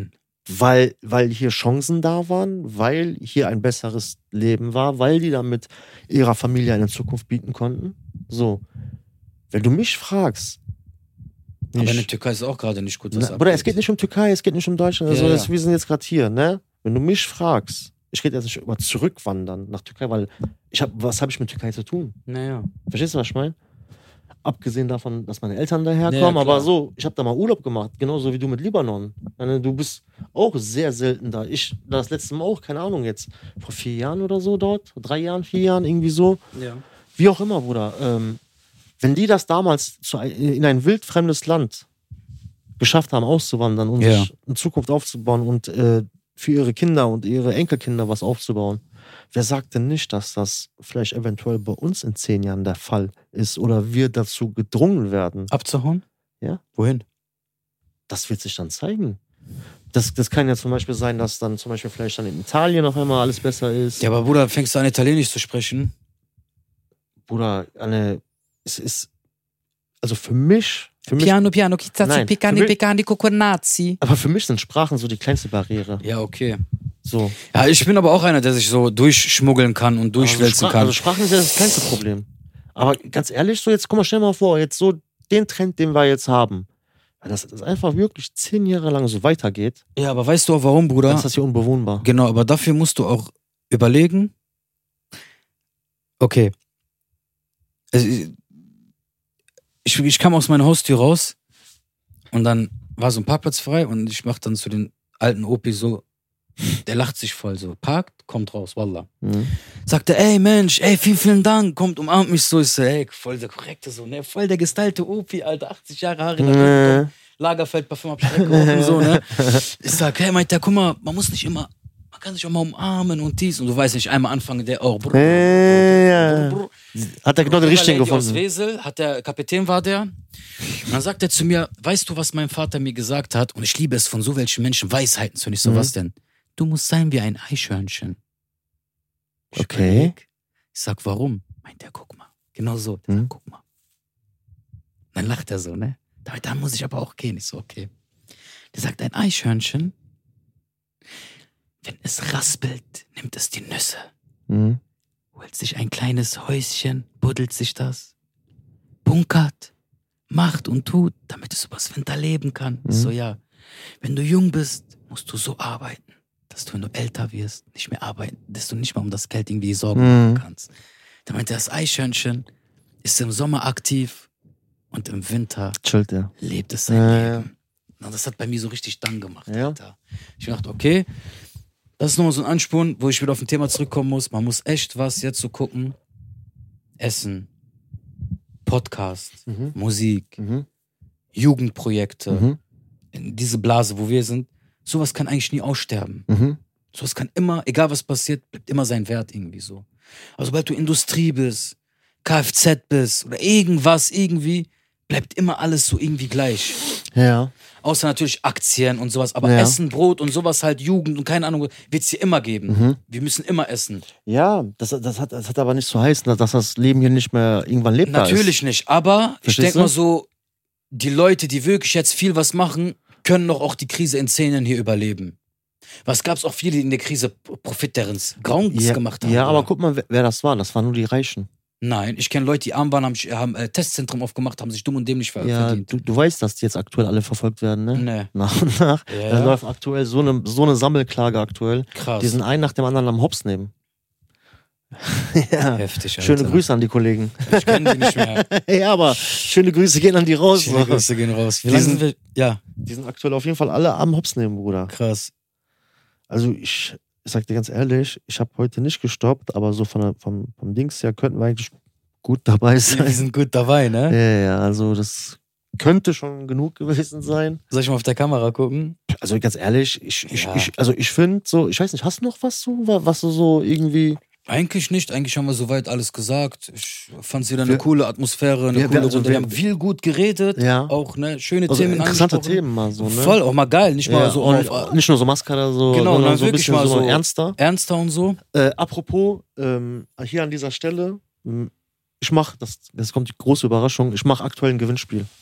weil hier Chancen da waren, weil hier ein besseres Leben war, weil die damit ihrer Familie eine Zukunft bieten konnten. So. Wenn du mich fragst. Aber in der Türkei ist auch gerade nicht gut. Bruder, es geht nicht um Türkei, es geht nicht um Deutschland. Also Ja. wir sind jetzt gerade hier, ne? Wenn du mich fragst, ich rede jetzt nicht über zurückwandern nach Türkei, weil was habe ich mit Türkei zu tun? Naja. Verstehst du, was ich meine? Abgesehen davon, dass meine Eltern daherkommen, Ja, klar. aber so, ich habe da mal Urlaub gemacht, genauso wie du mit Libanon. Ich meine, du bist auch sehr selten da. Ich das letzte Mal auch, keine Ahnung jetzt, vor 4 Jahren oder so dort, 3 Jahren, 4 Jahren, irgendwie so. Ja. Wie auch immer, Bruder. Wenn die das damals in ein wildfremdes Land geschafft haben, auszuwandern und Ja. sich eine Zukunft aufzubauen und für ihre Kinder und ihre Enkelkinder was aufzubauen, wer sagt denn nicht, dass das vielleicht eventuell bei uns in 10 Jahren der Fall ist oder wir dazu gedrungen werden? Abzuhauen? Ja. Wohin? Das wird sich dann zeigen. Das kann ja zum Beispiel sein, dass dann zum Beispiel vielleicht dann in Italien auf einmal alles besser ist. Ja, aber Bruder, fängst du an, Italienisch zu sprechen? Bruder, es ist, also für mich, Piano, chizzazi, Nein, piccani, für mich- piccani, coconazzi. aber für mich sind Sprachen so die kleinste Barriere. Ja, okay. So. Ja, ich bin aber auch einer, der sich so durchschmuggeln kann und durchwälzen kann. Also Sprachen ist ja das kleinste Problem. Aber ganz ehrlich, so jetzt, guck mal, stell mal vor, jetzt so den Trend, den wir jetzt haben, wenn das einfach wirklich 10 Jahre lang so weitergeht, Ja, aber weißt du auch warum, Bruder? dann ist das hier unbewohnbar. Genau, aber dafür musst du auch überlegen. Okay. Also, ich kam aus meiner Haustür raus und dann war so ein Parkplatz frei und ich mach dann zu den alten Opi so, der lacht sich voll so, parkt, kommt raus, wallah. Mhm. Sagt er, ey Mensch, ey, vielen Dank, kommt, umarmt mich so. Ich so, ey, voll der korrekte so, ne, voll der gestylte Opi, Alter, 80 Jahre Haare, Nee. Lagerfeld-Parfüm hab Schreck gerochen, so, ne. Ich sag, hey, meint der, guck mal, man kann sich auch mal umarmen und dies. Und du weißt nicht, einmal anfangen, der auch. Ja. Hat er genau den richtigen Aus gefunden. Wesel, der Kapitän war der. Und dann sagt er zu mir, weißt du, was mein Vater mir gesagt hat? Und ich liebe es, von so welchen Menschen Weisheiten zu nicht so, was denn? Du musst sein wie ein Eichhörnchen. Ich Okay. überleg. Ich sag, warum? Meint er, guck mal. Genau so. Der sagt, guck mal. Dann lacht er so, ne? Da muss ich aber auch gehen. Ich so, okay. Der sagt, ein Eichhörnchen, wenn es raspelt, nimmt es die Nüsse. Mhm. Holt sich ein kleines Häuschen, buddelt sich das, bunkert, macht und tut, damit es übers Winter leben kann. So, ja. Wenn du jung bist, musst du so arbeiten, dass du, wenn du älter wirst, nicht mehr arbeiten, dass du nicht mehr um das Geld irgendwie Sorgen machen kannst. Da meinte das Eichhörnchen ist im Sommer aktiv und im Winter Chillt er. lebt es sein Ja. Leben. Und das hat bei mir so richtig dann gemacht, Ja. Alter. Ich dachte, okay, das ist nochmal so ein Ansporn, wo ich wieder auf ein Thema zurückkommen muss. Man muss echt was jetzt so gucken. Essen, Podcast, Musik, Jugendprojekte, in diese Blase, wo wir sind. Sowas kann eigentlich nie aussterben. Sowas kann immer, egal was passiert, bleibt immer sein Wert irgendwie so. Also sobald du Industrie bist, Kfz bist oder irgendwas irgendwie, bleibt immer alles so irgendwie gleich. Ja. Außer natürlich Aktien und sowas. Aber Ja. Essen, Brot und sowas halt, Jugend und keine Ahnung, wird es hier immer geben. Wir müssen immer essen. Ja, das hat aber nicht zu heißen, dass das Leben hier nicht mehr irgendwann lebbar ist. Natürlich nicht. Aber ich Verstehst denke mal du? so, die Leute, die wirklich jetzt viel was machen, können doch auch die Krise in 10 Jahren hier überleben. Was gab's auch viele, die in der Krise Profit deren Grauens gemacht haben. Ja, aber oder? guck mal, wer das war. Das waren nur die Reichen. Nein, ich kenne Leute, die arm waren, haben Testzentrum aufgemacht, haben sich dumm und dämlich Ja, verdient. du weißt, dass die jetzt aktuell alle verfolgt werden, ne? Nee. Nach und nach. Ja. Da läuft aktuell so eine Sammelklage aktuell. Krass. Die sind einen nach dem anderen am Hops nehmen. Ja. Heftig, Alter. Schöne Grüße an die Kollegen. Ich kenne die nicht mehr. Ja, aber schöne Grüße gehen an die raus. Schöne Grüße gehen raus. Wie lange sind wir? Ja, Die sind aktuell auf jeden Fall alle am Hops nehmen, Bruder. krass. Also ich sag dir ganz ehrlich, ich habe heute nicht gestoppt, aber so vom Dings her könnten wir eigentlich gut dabei Wir sein. sind gut dabei, ne? Ja, also das könnte schon genug gewesen sein. Soll ich mal auf der Kamera gucken? Also ganz ehrlich, Ja. ich finde so, ich weiß nicht, hast du noch was was du so irgendwie... Eigentlich nicht. Eigentlich haben wir soweit alles gesagt. Ich fand es wieder eine coole Atmosphäre, eine coole also Runde. Wir haben viel gut geredet. Ja. Auch ne, schöne Also Themen interessante angesprochen. Themen mal so, ne? Voll, auch mal geil. Nicht mal Ja, so und auf, nicht nur so Mascara, so, genau, sondern dann so ein wirklich bisschen mal so ernster. ernster und so. Apropos, hier an dieser Stelle, ich mache, das kommt die große Überraschung, ich mache aktuell ein Gewinnspiel.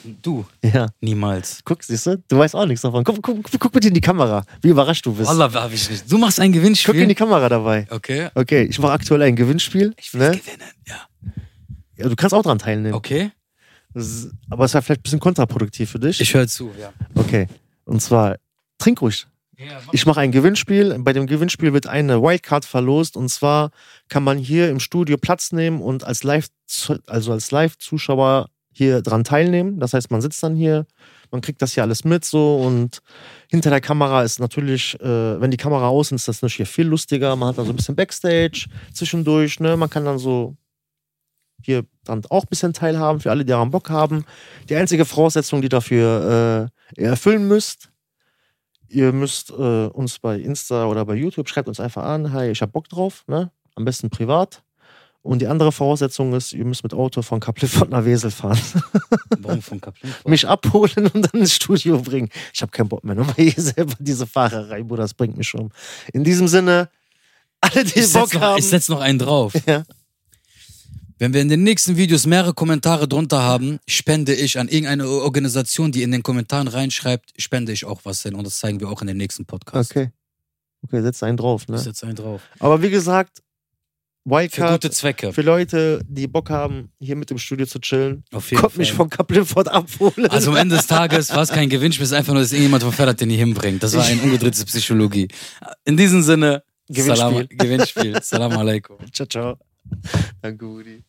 Du? Ja. Niemals. Guck, siehst du? Du weißt auch nichts davon. Guck bitte in die Kamera, wie überrascht du bist. Wallah, hab ich nicht. Du machst ein Gewinnspiel? Guck in die Kamera dabei. Okay. Okay, ich mache aktuell ein Gewinnspiel. Ich will gewinnen, ja. Ja, du kannst auch dran teilnehmen. Okay. Aber es wäre vielleicht ein bisschen kontraproduktiv für dich. Ich höre zu, ja. Okay. Und zwar, trink ruhig. Ja, Ich mache ein Gewinnspiel. Bei dem Gewinnspiel wird eine Wildcard verlost. Und zwar kann man hier im Studio Platz nehmen und als Live-Zuschauer hier dran teilnehmen. Das heißt, man sitzt dann hier, man kriegt das hier alles mit so. Und hinter der Kamera ist natürlich, wenn die Kamera aus ist, das natürlich viel lustiger. Man hat dann so ein bisschen Backstage zwischendurch. Ne? Man kann dann so hier dran auch ein bisschen teilhaben für alle, die daran Bock haben. Die einzige Voraussetzung, die dafür ihr erfüllen müsst, ihr müsst uns bei Insta oder bei YouTube, schreibt uns einfach an, hey, ich hab Bock drauf, ne? Am besten privat. Und die andere Voraussetzung ist, ihr müsst mit Auto von Kapliffort nach Wesel fahren. Warum von Kapliffort? Mich abholen und dann ins Studio bringen. Ich habe keinen Bock mehr, nur weil ihr selber diese Fahrerei, Bruder, das bringt mich um. In diesem Sinne, alle, die Bock haben. Ich setz noch einen drauf. Ja. Wenn wir in den nächsten Videos mehrere Kommentare drunter haben, spende ich an irgendeine Organisation, die in den Kommentaren reinschreibt, spende ich auch was hin. Und das zeigen wir auch in den nächsten Podcasts. Okay, setz einen drauf, ne? Ich setze einen drauf. Aber wie gesagt, Für Wildcard gute Zwecke. für Leute, die Bock haben, hier mit im Studio zu chillen, Auf jeden kommt Fall. mich von Kapliffort abholen. Also am Ende des Tages war es kein Gewinnspiel, es ist einfach nur, dass irgendjemand von Ferhat den hier hinbringt. Das war eine umgedrehte Psychologie. In diesem Sinne, Gewinnspiel. Gewinnspiel. Salam alaikum. Ciao, ciao. Danke, Udi.